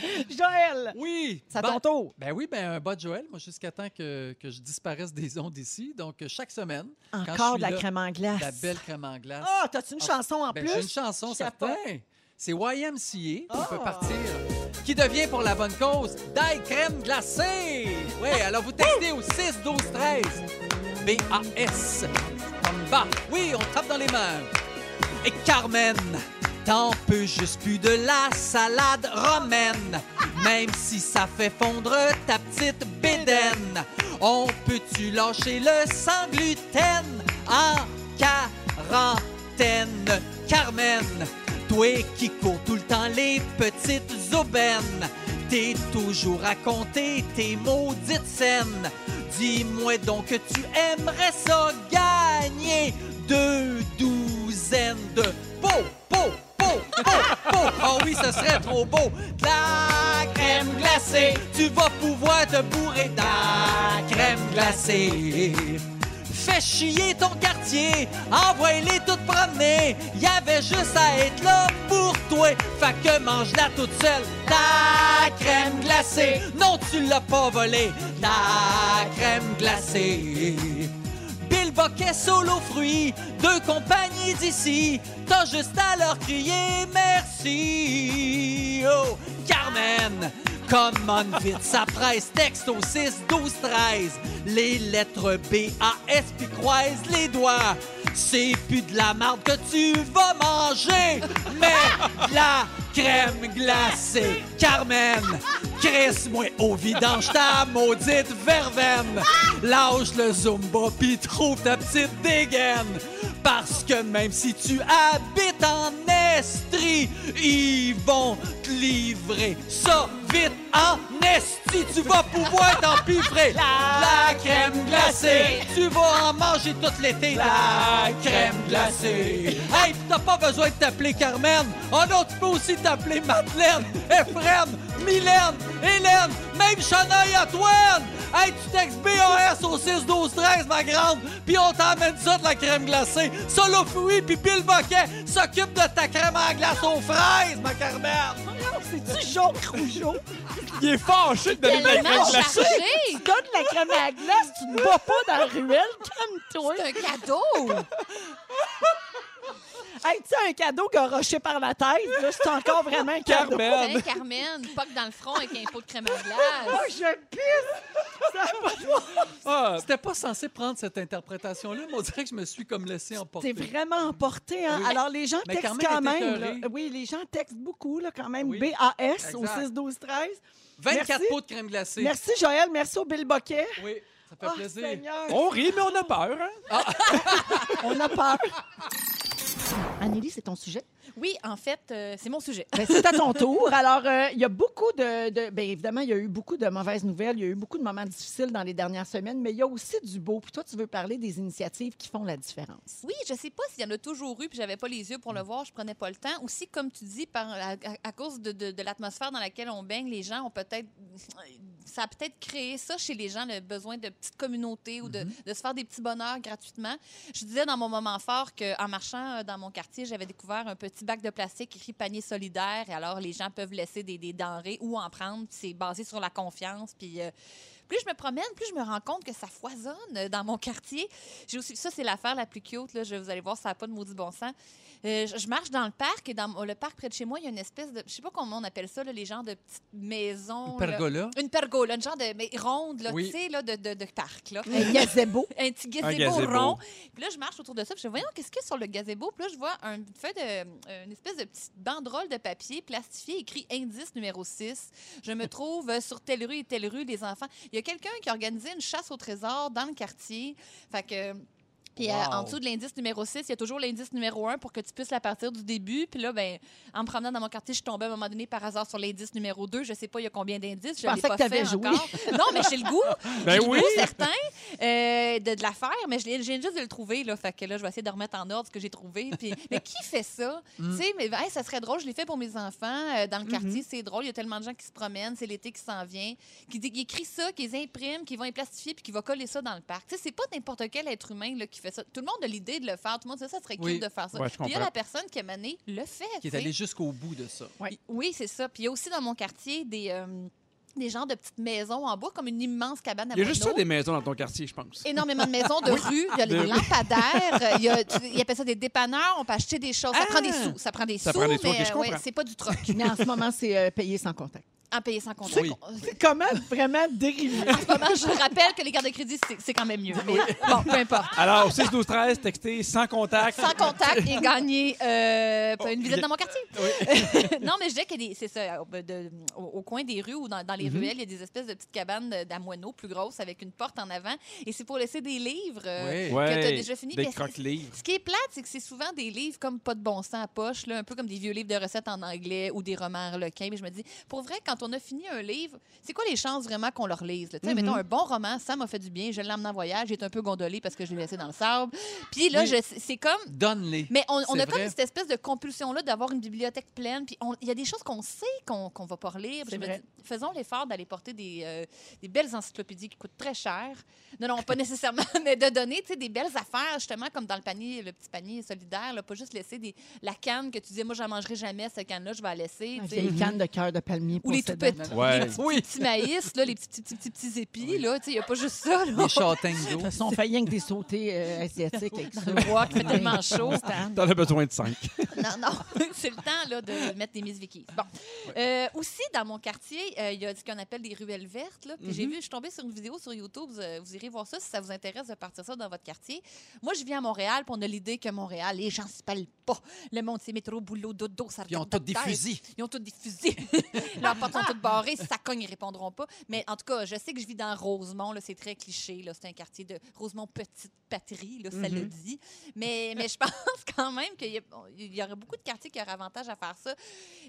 Joël, Oui. c'est à Ben- ton tour. Ben oui, ben un bas de Joël, moi, jusqu'à temps que, que je disparaisse des ondes ici. Donc, euh, chaque semaine, je Encore suis de la là, crème en glace. la belle crème en glace. Ah, t'as-tu une Ah, chanson en Ben, plus? j'ai une chanson, Je capote. certain. C'est Y M C A qui Ah. peut partir. Qui devient pour la bonne cause d'ail crème glacée. Oui, alors vous textez au six douze treize. B A S. Comme bas. Oui, on tape dans les mains. Et Carmen, t'en peux juste plus de la salade romaine. Même si ça fait fondre ta petite bédaine. On peut-tu lâcher le sans gluten en quarantaine? Carmen, toi qui cours tout le temps les petites aubaines, t'es toujours à compter tes maudites scènes. Dis-moi donc que tu aimerais ça gagner deux douzaines de pots, pots, pots, pots, pots. Oh oui, ce serait trop beau. De la crème glacée, tu vas pouvoir te bourrer de la crème glacée. Fais chier ton quartier, envoie-les toutes promener. Y avait juste à être là pour toi. Fait que mange-la toute seule, ta crème glacée. Non, tu l'as pas volée, ta crème glacée. Bill Boquet, solo fruits, deux compagnies d'ici. T'as juste à leur crier merci. Oh, Carmen, commande vite, ça presse, texte au six douze treize. Les lettres B A S puis croise les doigts. C'est plus de la marde que tu vas manger, mais de la crème glacée. Carmen, crisse-moi au vidange ta maudite verveine. Lâche le Zumba pis trouve ta petite dégaine. Parce que même si tu habites en Estrie, ils vont te livrer ça vite en Estrie. si tu vas pouvoir t'empiffrer. La crème glacée, tu vas en manger tout l'été. La crème glacée. Hey, pis t'as pas besoin de t'appeler Carmen. Oh non, tu peux aussi t'appeler Madeleine, Ephraim, Mylène, Hélène, même Shania Twain. Hey, tu textes B A S au six douze treize, ma grande, puis on t'emmène ça de la crème glacée. Solo Fruit puis Bill Boquet s'occupe de ta crème à glace aux fraises, ma Carmen. C'est-tu Jean Rougeau? Il est fâché de donner de la crème Tellement glacée. chargé! Tu donnes la crème à glace, tu ne bats pas dans la ruelle, calme-toi. C'est un cadeau! Hey, tu sais, un cadeau garoché par la tête, là, c'est encore vraiment un cadeau. Carmen. Hey, Carmen, poque dans le front avec un pot de crème à glace. Oh, je pisse! Ça a pas de bon sens. Ah, C'était pas censé prendre cette interprétation-là, mais on dirait que je me suis comme laissé emporter. C'est vraiment emporté. Hein? Oui. Alors, les gens Mais textent Carmen quand est même. écœurée. là. Oui, les gens textent beaucoup, là, quand même. Oui. B A S au Exact. six douze treize. vingt-quatre Merci. pots de crème glacée. Merci, Joël. Merci au Bill Boquet. Oui, ça fait Oh, plaisir. Seigneur, on rit, mais on a peur. Hein? on a peur. Anneli, c'est ton sujet? Oui, en fait, euh, c'est mon sujet. Ben, c'est à ton tour. Alors, euh, il y a beaucoup de, de... Bien évidemment, il y a eu beaucoup de mauvaises nouvelles. Il y a eu beaucoup de moments difficiles dans les dernières semaines, mais il y a aussi du beau. Puis toi, tu veux parler des initiatives qui font la différence. Oui, je sais pas s'il y en a toujours eu, puis j'avais pas les yeux pour le voir, je prenais pas le temps. Aussi, comme tu dis, par, à, à- à cause de, de- de l'atmosphère dans laquelle on baigne, les gens ont peut-être... Ça a peut-être créé ça chez les gens, le besoin de petites communautés ou de, de se faire des petits bonheurs gratuitement. Je disais dans mon moment fort qu'en marchant euh, dans mon quartier, j'avais découvert un petit bac de plastique écrit panier solidaire. Et alors, les gens peuvent laisser des, des denrées ou en prendre. Puis c'est basé sur la confiance. Puis... euh, plus je me promène, plus je me rends compte que ça foisonne euh, dans mon quartier. J'ai aussi, ça, c'est l'affaire la plus cute. Là. Je, vous allez voir, ça n'a pas de maudit bon sens. Euh, je, je marche dans le parc et dans mon- le parc près de chez moi, il y a une espèce de... Je sais pas comment on appelle ça, là, les genres de petites maisons. Une là. pergola. Une pergola, une genre de mais ronde, là, Oui. tu sais, là, de, de, de parc. Là. Un gazebo. Un petit gazebo, Un gazebo. rond. Puis là, je marche autour de ça. Puis je dis, voyons, qu'est-ce qu'il y a sur le gazebo? Puis là, je vois un, une, feuille de, une espèce de petite banderole de papier plastifié écrit indice numéro six. Je me trouve euh, sur telle rue et telle rue, les enfants. Il y a quelqu'un qui a organisé une chasse au trésor dans le quartier. Fait que. Puis euh, Wow. en dessous de l'indice numéro six, il y a toujours l'indice numéro un pour que tu puisses la partir du début. Puis là, ben, en me promenant dans mon quartier, je suis tombée à un moment donné par hasard sur l'indice numéro deux. Je sais pas il y a combien d'indices. Je pensais l'ai pas que t'avais fait joué. encore. Non, mais j'ai le goût. Ben J'ai oui. le goût certain euh, de, de la faire, mais je, l'ai- je viens juste de le trouver. Là, fait que là, je vais essayer de remettre en ordre ce que j'ai trouvé. Puis, mais qui fait ça? Tu sais, mais hey, ça serait drôle. Je l'ai fait pour mes enfants euh, dans le quartier. C'est drôle. Il y a tellement de gens qui se promènent. C'est l'été qui s'en vient. Qui, qui écrit ça, qui les imprime, qui vont les plastifier puis qui va coller ça dans le parc. Tu sais, c'est pas n'importe quel être humain là, qui fait ça. Tout le monde a l'idée de le faire. Tout le monde sait ça serait cute Oui. de faire ça. Ouais, je Puis il y a comprends. la personne qui a mené le fait. Qui est tu sais. allé jusqu'au bout de ça. Puis- Oui, c'est ça. Puis il y a aussi dans mon quartier des, euh, des genres de petites maisons en bois, comme une immense cabane à Il y a juste ça moineaux. des maisons dans ton quartier, je pense. Énormément de maisons de rue. Il y a des De- lampadaires. Il y a, tu- ils appellent ça des dépanneurs. On peut acheter des choses. Ça Ah! prend des sous. Ça prend des Ça sous, prend des sous, mais ok, je euh, ouais, comprends. c'est pas du troc. Mais en ce moment, c'est euh, payé sans contact. En payer sans compte. Oui. C'est comment vraiment dérivé? En ce moment, je rappelle que les cartes de crédit, c'est- c'est quand même mieux. Mais bon, peu importe. Alors, six douze treize, textez sans contact. Sans contact et gagner euh, une visite il- dans mon quartier. non, mais je dis que des- c'est ça, au, de- au- au coin des rues ou dans, dans les Mhm. ruelles, il y a des espèces de petites cabanes de- d'amoineaux plus grosses avec une porte en avant. Et c'est pour laisser des livres euh, Oui. que Ouais, tu as déjà fini. des Mais c'est- croque-livres. Ce qui est plate, c'est que c'est souvent des livres comme pas de bon sens à poche, là, un peu comme des vieux livres de recettes en anglais ou des romans harlequins. Mais je me dis, pour vrai, quand on a fini un livre, c'est quoi les chances vraiment qu'on le relise? Là? Tu sais, Mettons un bon roman, ça m'a fait du bien. Je l'ai emmené en voyage, j'ai été un peu gondolée parce que je l'ai laissé dans le sable. Puis là, Oui. je- c'est comme. Donne-les. Mais on, on C'est a comme vrai. cette espèce de compulsion-là d'avoir une bibliothèque pleine. Puis on- il y a des choses qu'on sait qu'on qu'on va pas relire. Puis C'est je me vrai. dis, faisons l'effort d'aller porter des, euh, des belles encyclopédies qui coûtent très cher. Non, non, pas nécessairement, mais de donner tu sais, des belles affaires, justement, comme dans le panier, le petit panier solidaire. Là, pas juste laisser des, la canne que tu disais, moi, j'en mangerai jamais, cette canne-là, je vais la laisser. Une tu sais. vieille canne de cœur de palmier. Ou les tout possédant. petits, Ouais. les petits, Oui. petits maïs, là, les petits, petits, petits, petits, petits épis. là, tu sais, il n'y a pas juste ça. Là. Des châtaignes De d'eau. toute façon, on fait rien que des sautés euh, asiatiques avec ça. Dans le bois qui fait tellement chaud. T'en as besoin de cinq. Non, non, c'est le temps là, de mettre des Miss Vicky. Bon. Euh, aussi, dans mon quartier, euh, il y a ce qu'on appelle des ruelles vertes. Là. Puis j'ai vu, je suis tombée sur une vidéo sur YouTube. Vous, euh, vous irez voir ça si ça vous intéresse de partir ça dans votre quartier. Moi, je vis à Montréal, puis on a l'idée que Montréal, les gens se pèlent pas. Le monde, c'est métro, boulot, dodo, ça Ils ont regarde tous ta des tête. fusils. Ils ont tous des fusils. Leurs portes sont toutes barrées. Si ça cogne, ils répondront pas. Mais en tout cas, je sais que je vis dans Rosemont. Là, c'est très cliché. Là. C'est un quartier de Rosemont Petite Patrie. Là, ça le dit. Mais, mais je pense quand même qu'il y, a- il y aurait beaucoup de quartiers qui auraient avantage à faire ça.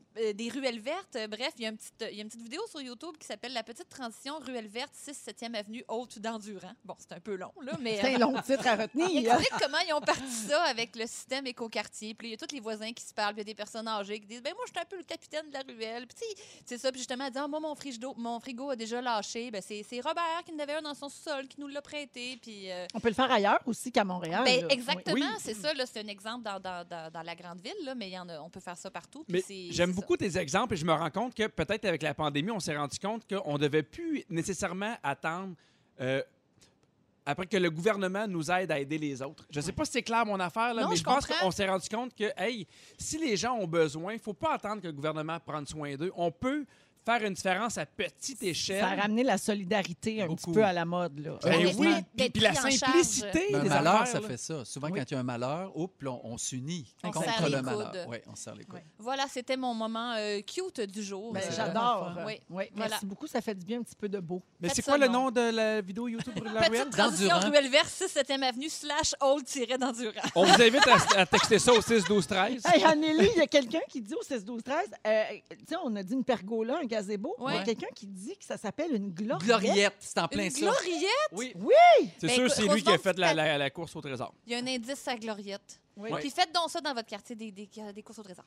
euh, des ruelles vertes. Euh, bref, il y, a une petite, il y a une petite vidéo sur YouTube qui s'appelle « La petite transition ruelle verte, six septième avenue, haute d'Endurant ». Bon, c'est un peu long, là, mais... C'est un long titre à Il retenir. explique comment ils ont parti ça avec le système écoquartier. Puis il y a tous les voisins qui se parlent, puis il y a des personnes âgées qui disent « Ben moi, je suis un peu le capitaine de la ruelle. » Puis tu sais, c'est ça. Puis justement, elle dit ah, « Moi, mon frigo, mon frigo a déjà lâché. » Ben c'est c'est Robert qui en avait un dans son sol, qui nous l'a prêté. Puis... Euh, On peut le faire ailleurs aussi qu'à Montréal. ben, là. exactement, Oui. c'est ça. Là, c'est un exemple dans, dans, dans, dans la grande ville, là, mais il y en a, on peut faire ça partout. puis Mais c'est- j'aime c'est beaucoup tes exemples et je me rends compte que peut-être avec la pandémie, on s'est rendu compte qu'on ne devait plus nécessairement attendre euh, après que le gouvernement nous aide à aider les autres. Je ne sais pas si c'est clair mon affaire, là, Non, mais je je pense comprends. qu'on s'est rendu compte que hey, si les gens ont besoin, il ne faut pas attendre que le gouvernement prenne soin d'eux. On peut faire une différence à petite échelle. Ça a ramené la solidarité un Beaucoup. petit peu à la mode. Là. Ben Mais oui, d'être- puis, d'être puis la pris en charge. simplicité Mais un des malheur, affaires, ça là. fait ça. Souvent, Oui. quand il y a un malheur, oups, là, on, on s'unit On contre serre les le malheur. coudes. Oui, on se serre les coudes. Oui. Voilà, c'était mon moment euh, cute du jour. Ben, c'est j'adore. vraiment Oui. Oui, Voilà. merci beaucoup. Ça fait du bien un petit peu de beau. Mais Faites c'est ça, quoi le non. nom de la vidéo YouTube pour la ruelle? Petite transition D'Endurant. ruelle verte, six septième avenue, slash old-d'Endurant. On vous invite à, à texter ça au six douze treize. Hey, Anneli, il y a quelqu'un qui dit au six douze treize, euh, tu sais, on a dit une pergola, un gazebo. Ouais. Il y a quelqu'un qui dit que ça s'appelle une gloriette. Gloriette, c'est en plein Une ça. gloriette? Oui. C'est Ben, sûr, écoute, c'est lui qui a Rosemont, fait la, tu la- la course au trésor. Il y a un indice à gloriette. Oui. Ouais. Puis faites donc ça dans votre quartier des, des, des courses au trésor.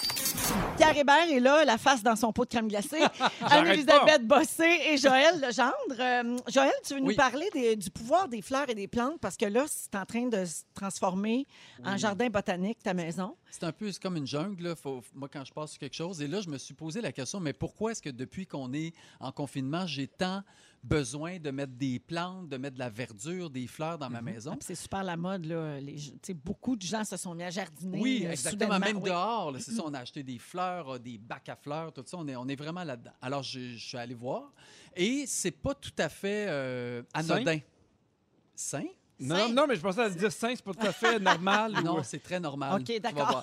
Pierre Hébert est là, la face dans son pot de crème glacée. Anne-Élisabeth Bossé et Joël Legendre. Euh, Joël, tu veux nous Oui. parler des- du pouvoir des fleurs et des plantes parce que là, c'est en train de se transformer en Oui. jardin botanique, ta maison. C'est un peu c'est comme une jungle. Là. Faut- moi, quand je passe sur quelque chose, et là, je me suis posé la question, mais pourquoi est-ce que depuis qu'on est en confinement, j'ai tant besoin de mettre des plantes, de mettre de la verdure, des fleurs dans ma maison? Ah, puis c'est super la mode. Là. Les, tu sais, beaucoup de gens se sont mis à jardiner. Oui, euh, exactement. soudainement. Même Oui. dehors, là, c'est ça, on a acheté des fleurs, euh, des bacs à fleurs, tout ça. On est, on est vraiment là-dedans. Alors, je, je suis allé voir. Et c'est pas tout à fait euh, anodin. Sain? Non, Sain. non, mais je pensais à dire sain, c'est pas tout à fait normal. ou- Non, c'est très normal. OK, Tu vas d'accord. voir.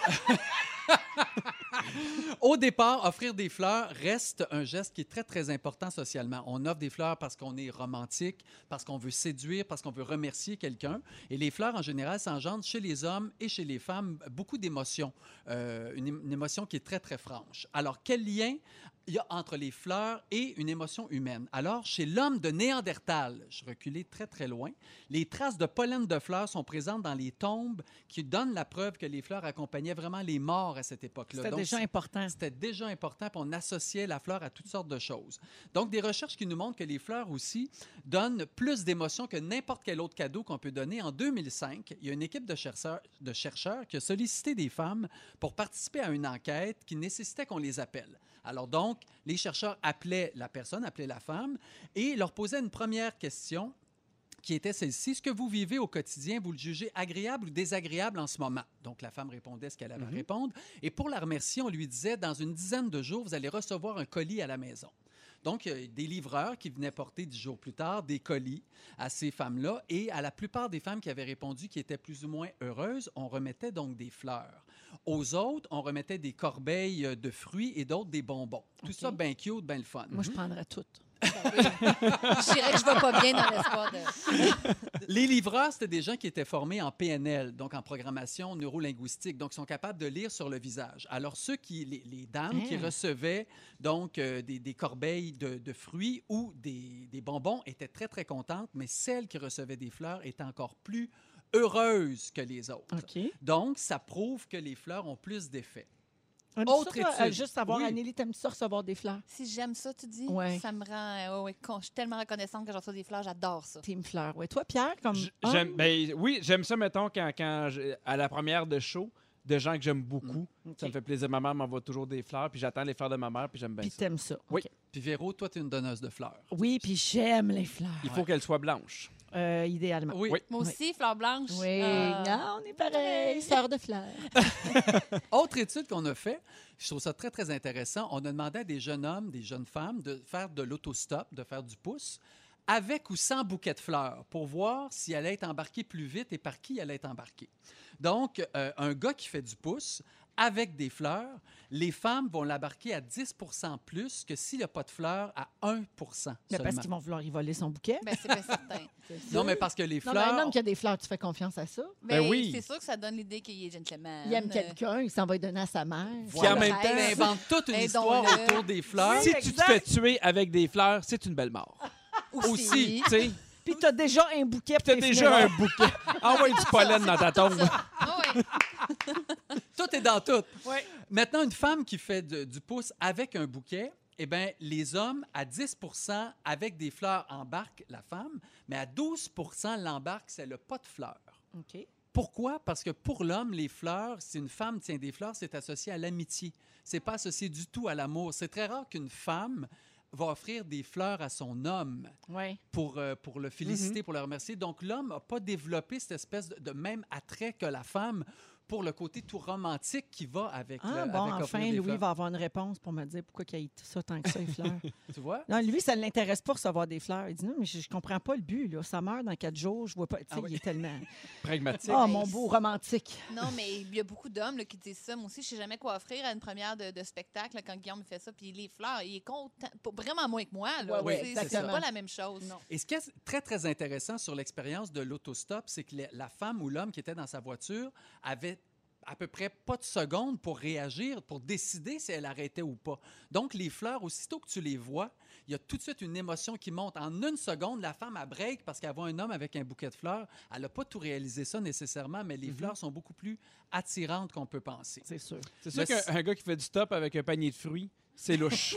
Au départ, offrir des fleurs reste un geste qui est très, très important socialement. On offre des fleurs parce qu'on est romantique, parce qu'on veut séduire, parce qu'on veut remercier quelqu'un. Et les fleurs, en général, s'engendrent chez les hommes et chez les femmes beaucoup d'émotions. Euh, une, une émotion qui est très, très franche. Alors, quel lien il y a entre les fleurs et une émotion humaine? Alors, chez l'homme de Néandertal, je reculais très, très loin, les traces de pollen de fleurs sont présentes dans les tombes qui donnent la preuve que les fleurs accompagnaient vraiment les morts à cette époque-là. C'était Donc, déjà important. c'était déjà important, puis on associait la fleur à toutes sortes de choses. Donc, des recherches qui nous montrent que les fleurs aussi donnent plus d'émotions que n'importe quel autre cadeau qu'on peut donner. En deux mille cinq, il y a une équipe de chercheurs, de chercheurs qui a sollicité des femmes pour participer à une enquête qui nécessitait qu'on les appelle. Alors donc, les chercheurs appelaient la personne, appelaient la femme, et leur posaient une première question qui était celle-ci. Ce que vous vivez au quotidien, vous le jugez agréable ou désagréable en ce moment? Donc, la femme répondait ce qu'elle avait à répondre. Et pour la remercier, on lui disait, dans une dizaine de jours, vous allez recevoir un colis à la maison. Donc, il y a des livreurs qui venaient porter dix jours plus tard des colis à ces femmes-là. Et à la plupart des femmes qui avaient répondu qui étaient plus ou moins heureuses, on remettait donc des fleurs. Aux autres, on remettait des corbeilles de fruits et d'autres des bonbons. Tout OK. ça, bien cute, bien le fun. Moi, je prendrais tout. Je dirais que je vais pas bien dans l'espoir de... Les livreurs, c'était des gens qui étaient formés en P N L, donc en programmation neurolinguistique, donc ils sont capables de lire sur le visage. Alors, ceux qui, les, les dames qui Ah. recevaient donc euh, des, des corbeilles de, de fruits ou des, des bonbons étaient très, très contentes, mais celles qui recevaient des fleurs étaient encore plus heureuses que les autres. OK. Donc, ça prouve que les fleurs ont plus d'effet. Aimes-tu Autre ça, toi? étude. Euh, juste savoir, Oui. Anneli, t'aimes-tu ça recevoir des fleurs? Si j'aime ça, tu dis, Ouais. ça me rend... euh, ouais, con- je suis tellement reconnaissante quand je reçois des fleurs, j'adore ça. Team fleurs. Ouais. Toi, Pierre, comme J- homme? j'aime- ben, oui, j'aime ça, mettons, quand, quand je- à la première de show, de gens que j'aime beaucoup. Ça me fait plaisir. Ma mère m'envoie toujours des fleurs, puis j'attends les fleurs de ma mère, puis j'aime bien Puis ça. t'aimes ça. Oui. OK. Puis Véro, toi, tu es une donneuse de fleurs. Oui, puis j'aime les fleurs. Il faut qu'elles soient blanches. Euh, idéalement. Oui. Oui. Moi aussi, fleurs blanches. Oui, euh, non, on est pareil, sœurs de fleurs. Autre étude qu'on a fait, je trouve ça très, très intéressant. On a demandé à des jeunes hommes, des jeunes femmes de faire de l'autostop, de faire du pouce, avec ou sans bouquet de fleurs, pour voir si elle allait être embarquée plus vite et par qui elle allait être embarquée. Donc, euh, un gars qui fait du pouce avec des fleurs, les femmes vont l'embarquer à dix pour cent plus que s'il n'y a pas de fleurs à un pour cent Mais seulement. parce qu'ils vont vouloir y voler son bouquet. Ben, c'est bien certain. Non, mais parce que les Non, fleurs... mais un homme qui a des fleurs, tu fais confiance à ça. Ben Ben oui. C'est sûr que ça donne l'idée qu'il est gentleman. Il aime Euh, quelqu'un, il s'en va y donner à sa mère. Puis en même Elle temps, invente toute une Aidons-le. histoire autour des fleurs. si tu te exact. fais tuer avec des fleurs, c'est une belle mort. Aussi. Aussi. Tu sais, Puis t'as déjà un bouquet. t'as pour tes déjà un funérailles. bouquet. Envoie du pollen dans ta tombe. Ah ouais. Tout est dans tout. Ouais. Maintenant, une femme qui fait de- du pouce avec un bouquet, eh bien, les hommes, à dix pour cent avec des fleurs, embarquent la femme, mais à douze pour cent l'embarque, c'est le pas de fleurs. OK. Pourquoi? Parce que pour l'homme, les fleurs, si une femme tient des fleurs, c'est associé à l'amitié. C'est pas associé du tout à l'amour. C'est très rare qu'une femme va offrir des fleurs à son homme Ouais. pour, euh, pour le féliciter, pour le remercier. Donc, l'homme n'a pas développé cette espèce de, de même attrait que la femme pour le côté tout romantique qui va avec Ah le, bon, avec offrir enfin, des Louis fleurs. va avoir une réponse pour me dire pourquoi il a ça tant que ça, les fleurs. Tu vois? Non, lui, ça ne l'intéresse pas recevoir des fleurs. Il dit non, mais je, je comprends pas le but. Là. Ça meurt dans quatre jours, je vois pas. Tu sais, Ah oui. il est tellement. Pragmatique. Oh, mon beau romantique. Non, mais il y a beaucoup d'hommes là, qui disent ça. Moi aussi, je sais jamais quoi offrir à une première de, de spectacle là, quand Guillaume me fait ça. Puis les fleurs, il est content. Pas- Vraiment moins que moi. Là. Ouais, ouais, C'est- c'est exactement. pas la même chose. Non. Et ce qui est très, très intéressant sur l'expérience de l'autostop, c'est que la- la femme ou l'homme qui était dans sa voiture avait à peu près pas de seconde pour réagir, pour décider si elle arrêtait ou pas. Donc, les fleurs, aussitôt que tu les vois, il y a tout de suite une émotion qui monte. En une seconde, la femme, elle break parce qu'elle voit un homme avec un bouquet de fleurs. Elle n'a pas tout réalisé ça nécessairement, mais les fleurs sont beaucoup plus attirantes qu'on peut penser. C'est sûr. C'est sûr Mais qu'un c'est- un gars qui fait du stop avec un panier de fruits, c'est louche.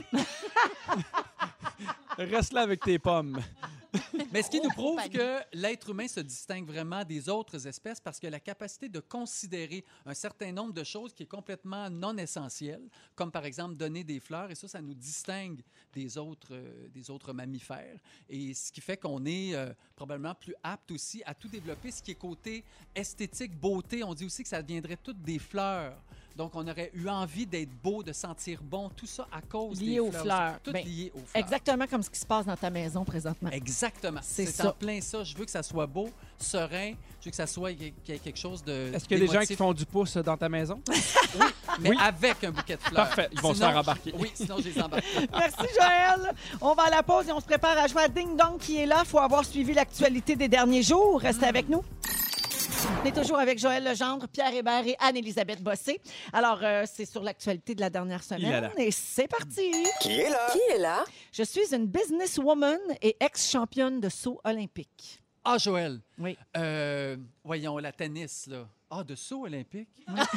Reste là avec tes pommes. Mais ce qui nous prouve Compagnie. que l'être humain se distingue vraiment des autres espèces parce que la capacité de considérer un certain nombre de choses qui est complètement non essentiel, comme par exemple donner des fleurs, et ça, ça nous distingue des autres, euh, des autres mammifères. Et ce qui fait qu'on est euh, probablement plus apte aussi à tout développer, ce qui est côté esthétique, beauté. On dit aussi que ça viendrait toutes des fleurs. Donc, on aurait eu envie d'être beau, de sentir bon, tout ça à cause Lié des aux fleurs. fleurs. Tout Ben, lié aux fleurs. Exactement comme ce qui se passe dans ta maison présentement. Exactement. C'est C'est ça. en plein ça. Je veux que ça soit beau, serein. Je veux que ça soit qu'il y ait quelque chose de. Est-ce qu'il y a des gens qui d'émotif. font du pouce dans ta maison? Mais Oui. avec un bouquet de fleurs. Parfait. Ils vont se Sinon, faire embarquer. Oui, sinon je les embarque. Merci, Joël. On va à la pause et on se prépare à jouer à Ding Dong qui est là. Il faut avoir suivi l'actualité des derniers jours. Restez avec nous. On est toujours avec Joël Legendre, Pierre Hébert et Anne-Élisabeth Bossé. Alors, euh, c'est sur l'actualité de la dernière Il est semaine. là. Et c'est parti. Qui est là? Qui est là? Je suis une businesswoman et ex-championne de saut olympique. Ah, Joël. Oui. Euh, voyons, la tennis, là. Ah, de saut olympique?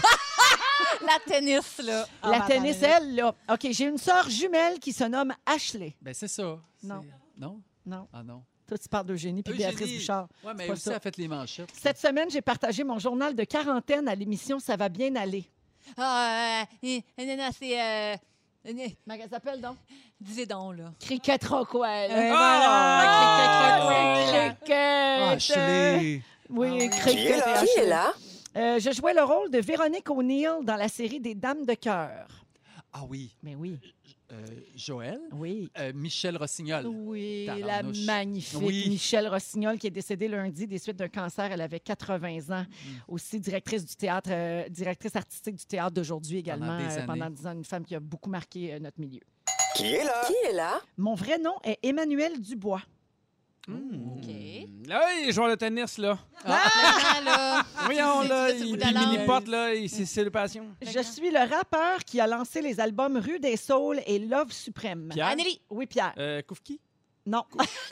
La tennis, là. Ah, la ben, tennis, attendez, elle, là. OK, j'ai une sœur jumelle qui se nomme Ashley. Ben c'est ça. C'est- Non. Non? Non. Ah non. Toi, tu parles d'Eugénie puis Eugénie. Béatrice Bouchard. Oui, mais pas aussi, ça. elle a fait les manchettes. Cette semaine, j'ai partagé mon journal de quarantaine à l'émission Ça va bien aller. Ah, euh, euh, non, non, c'est... Euh, euh, Comment elle s'appelle donc? disez donc, là. Cricket Rockwell. Euh, Ah, voilà, c'est Cricket. Ah, Ashley! Oui, Ah oui. Cricket. Qui est là? et Qui Ashley. est là? Euh, je jouais le rôle de Véronique O'Neill dans la série des Dames de cœur. Ah oui. Mais oui, Euh, Joël? oui. Euh, Michel Rossignol. Oui, la Tabarnouche. magnifique Oui. Michelle Rossignol qui est décédée lundi des suites d'un cancer. Elle avait quatre-vingts ans. Mm. Aussi directrice du théâtre, euh, directrice artistique du théâtre d'aujourd'hui également. Pendant des euh, pendant années. dix ans, une femme qui a beaucoup marqué euh, notre milieu. Qui est là? Qui est là? Mon vrai nom est Emmanuel Dubois. OK. Là, oui, les joueurs de tennis, là. Maintenant, là... Voyons, Tu là, veux sur le il bout de puis la langue. mini-pot, là, il- c'est c'est le passion. Je suis le rappeur qui a lancé les albums Rue des Saules et Love Suprême. Pierre? Anneli. Oui, Pierre. Euh, Koufki? Non.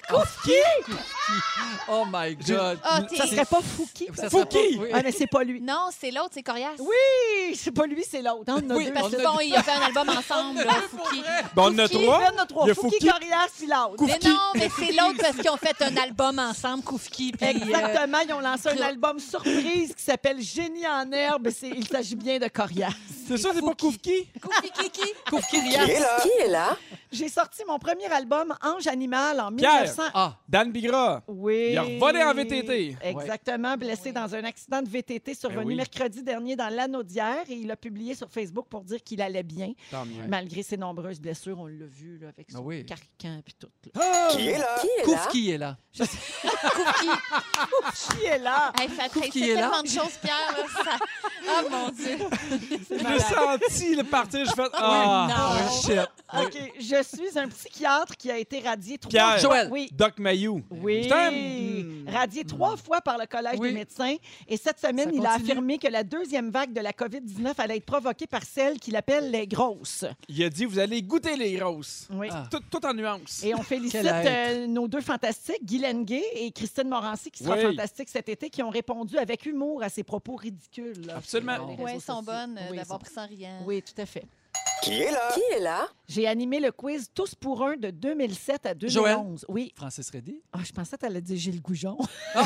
Oh my God! Ah, Ça t'es... serait pas Fouki? Ça serait pas- Fouki! oui. Ah, mais c'est pas lui. Non, c'est l'autre, c'est Corias. Oui, c'est pas lui, c'est l'autre. hein, on en a Oui, deux. Parce On que a- bon, il a fait un album ensemble, là, Fouki. Bon, on en a Fouki, trois. il y en a trois. Il y a Fouki, Fouki. Corias, puis l'autre. Mais non, mais c'est l'autre parce qu'ils ont fait un album ensemble, Koufki. Puis, euh, Exactement, ils ont lancé un album surprise qui s'appelle Génie en herbe. C'est- Il s'agit bien de Corias. C'est ça, c'est pas Koufki? Koufki Kiki. Koufki Qui est Rias. là? Qui est là? J'ai sorti mon premier album, Ange Animal, en Pierre. mille neuf cents. Ah, Dan Bigra. Oui. Il a revolé en V T T. Exactement, blessé Oui. dans un accident de V T T survenu Ben oui. mercredi dernier dans l'Anaudière. Et il a publié sur Facebook pour dire qu'il allait bien, Tant mieux. malgré ses nombreuses blessures. On l'a vu là, avec son Ah oui. carcan et tout. là. Ah! Qui est là? Kouf qui est là? Cookie. Qui est là? Hey, ça Couf fait qui est là. tellement de choses, Pierre. Là, ça... Ah, mon Dieu. Je l'ai senti le partir. Je fais ah, non. oh, shit. OK, je suis un psychiatre qui a été radié trois Pierre. fois. Joël. Oui. Doc Mayou. Oui, Putain, hmm. radié trois fois par le Collège Oui. des médecins. Et cette semaine, Ça il a continue. affirmé que la deuxième vague de la COVID dix-neuf allait être provoquée par celle qu'il appelle les grosses. Il a dit vous allez goûter les grosses. Oui. Ah. Tout, tout en nuances. Et on félicite Quel être. euh, nos deux fantastiques, Guylaine Gay et Christine Morancy, qui sera Oui. fantastique cet été, qui ont répondu avec humour à ces propos ridicules. là, Absolument. sur les réseaux Oui, elles sont sociaux. bonnes euh, Oui, d'avoir sont- pris ça en riant. Oui, tout à fait. Qui est là? Qui est là? J'ai animé le quiz Tous pour un de deux mille sept à deux mille Joël. onze. Oui. Francis Reddy? Ah, je pensais que tu allais dire Gilles Goujon.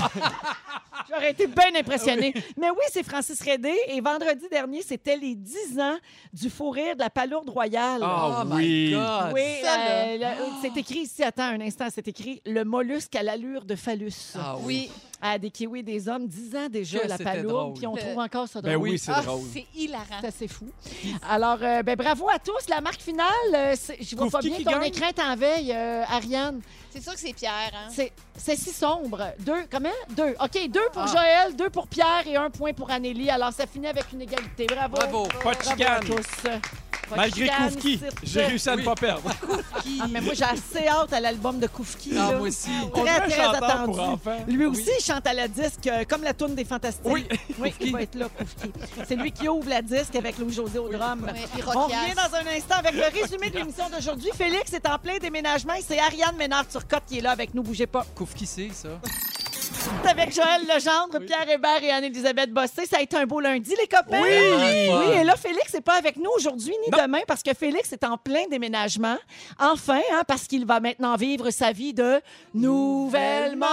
J'aurais été bien impressionnée. Mais oui, c'est Francis Redé. Et vendredi dernier, c'était les dix ans du fou rire de la palourde royale. Ah Oh oui. my God! Oui, Ça, là. euh, le- c'est écrit ici, attends un instant, c'est écrit « Le mollusque à l'allure de phallus Ah oui. Oui. à des kiwis des hommes, dix ans déjà, Que la c'était palourde, drôle. puis on Le- trouve encore ça Ben drôle. oui, c'est Ah, drôle. c'est hilarant. C'est assez fou. Alors, euh, ben, bravo à tous. La marque finale, euh, c'est- je vois Trouve pas qui bien qui ton gagne? écran est en veille, euh, Ariane. C'est sûr que c'est Pierre, hein? C'est c'est si sombre. Deux, comment? Deux. OK, deux pour Ah. Joël, deux pour Pierre et un point pour Anneli. Alors, ça finit avec une égalité. Bravo. Bravo! Pas de Bravo à chicane. tous. Pas de Malgré chicane, Koufki, c'est- j'ai réussi à ne Oui. pas perdre. Ah, mais moi, j'ai assez hâte à l'album de Koufki. Ah, là. moi aussi. On Très, dirait un très chanteur attendu. pour enfants. Lui aussi, il chante à la disque, euh, comme la toune des Fantastiques. Oui. Oui, il va être là, Koufki. C'est lui qui ouvre la disque avec Louis-José au drum. Oui, puis On Rockias. revient dans un instant avec le résumé de l'émission d'aujourd'hui. Félix est en plein déménagement et c'est Ariane Ménard-Turcotte qui est là avec nous. Bougez pas. Kouf qui c'est, ça? C'est avec Joël Legendre, Pierre Hébert et Anne-Élisabeth Bossé. Ça a été un beau lundi, les copains. Oui! Oui, et là, Félix n'est pas avec nous aujourd'hui ni demain parce que Félix est en plein déménagement. Enfin, hein, parce qu'il va maintenant vivre sa vie de nouvellement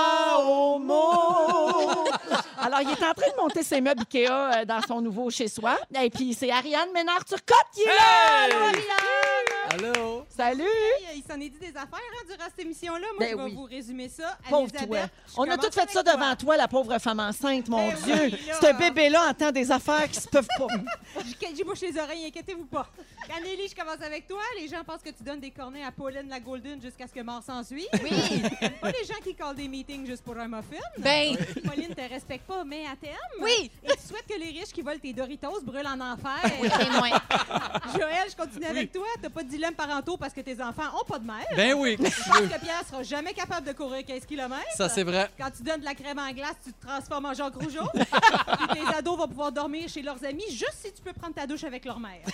homo. Alors, il est en train de monter ses meubles Ikea euh, dans son nouveau chez-soi. Et puis, c'est Ariane Ménard-Turcotte qui est là. Hey! Allô, Ariane! Allô? Salut! Il s'en est dit des affaires hein, durant cette émission-là. Moi, Ben je vais oui. vous résumer ça. Pauvre Elisabeth, toi. je On a commence tout fait ça avec devant toi, la pauvre femme enceinte, mon Ben Dieu. oui, là. Ce bébé-là entend des affaires qui se peuvent pas. Je- J'ai bouché les oreilles, inquiétez-vous pas. Anneli, je commence avec toi. Les gens pensent que tu donnes des cornets à Pauline la Golden jusqu'à ce que mort s'ensuit. Oui. Pas les gens qui callent des meetings juste pour un muffin. Ben, Pauline te respecte pas, mais à t'aime. oui. Et tu souhaites que les riches qui volent tes Doritos brûlent en enfer. Oui, témoin. Joël, je continue avec toi. T'as pas de dilemme parentaux parce que tes enfants ont pas de mère. Ben oui, qu'est-ce que tu Parce veux? que Pierre sera jamais capable de courir quinze kilomètres. Ça, c'est vrai. Quand tu donnes de la crème en glace, tu te transformes en Jacques Rougeau. Puis tes ados vont pouvoir dormir chez leurs amis juste si tu peux prendre ta douche avec leur mère.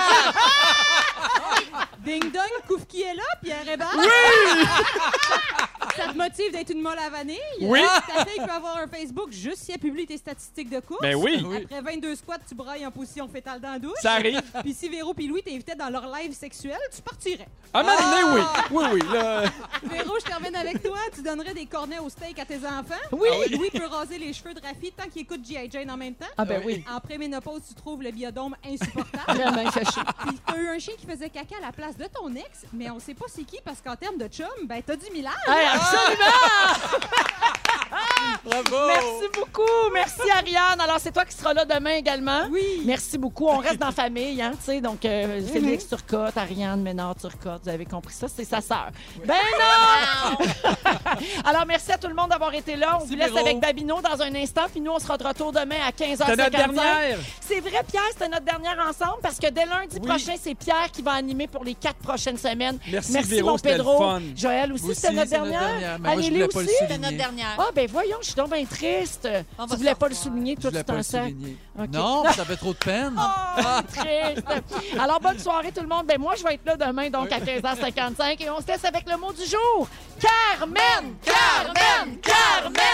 Ding dong, Koufki est là, Pierre Hébert. Oui! Ça te motive d'être une molle à vanille? Oui. Ta fille peut avoir un Facebook juste si elle publie tes statistiques de course. Ben oui. Après vingt-deux squats, tu brailles en position fétale dans la douche. Ça arrive. Puis si Véro puis Louis t'invitaient dans leur live sexuel, tu partirais. À un moment donné, oui. Oui, oui. Là, Véro, je termine avec toi. Tu donnerais des cornets au steak à tes enfants. Oui. Louis peut raser les cheveux de Rafi tant qu'il écoute G I. Jane en même temps. Ah ben oui. En préménopause, tu trouves le biodôme insupportable. Vraiment, il fait chaud. Puis t'as eu un chien qui faisait caca à la place de ton ex, mais on sait pas c'est qui parce qu'en termes de chum, ben t'as du millage. Hey, absolument! Bravo! Merci beaucoup. Merci, Ariane. Alors, c'est toi qui seras là demain également. Oui. Merci beaucoup. On reste dans la famille, hein, tu sais. Donc, euh, Félix Turcotte, Ariane Ménard-Turcotte, vous avez compris ça, c'est sa sœur. Ben non! Alors, merci à tout le monde d'avoir été là. On Merci, vous laisse Véro. avec Babino dans un instant, puis nous, on sera de retour demain à quinze heures c'est cinquante-cinq. notre dernière. C'est vrai, Pierre, c'était notre dernière ensemble parce que dès lundi Oui. prochain, c'est Pierre qui va animer pour les quatre prochaines semaines. Merci, Merci, Véro, mon c'était le Pedro. fun. Joël aussi, Aussi, c'était notre c'est notre dernière. dernière, mais moi, je Anneli voulais pas le aussi. souligner. C'est notre dernière. Ah, ben voyons, je suis donc bien triste. On Tu va voulais se pas le revoir. souligner, Je toi, voulais tu pas t'en le sers. souligner. OK. Non, ça fait trop de peine. Oh, triste. Alors, bonne soirée, tout le monde. Ben, moi, je vais être là demain, donc à quinze heures cinquante-cinq. Et on se laisse avec le mot du jour. Carmen! Carmen! Carmen!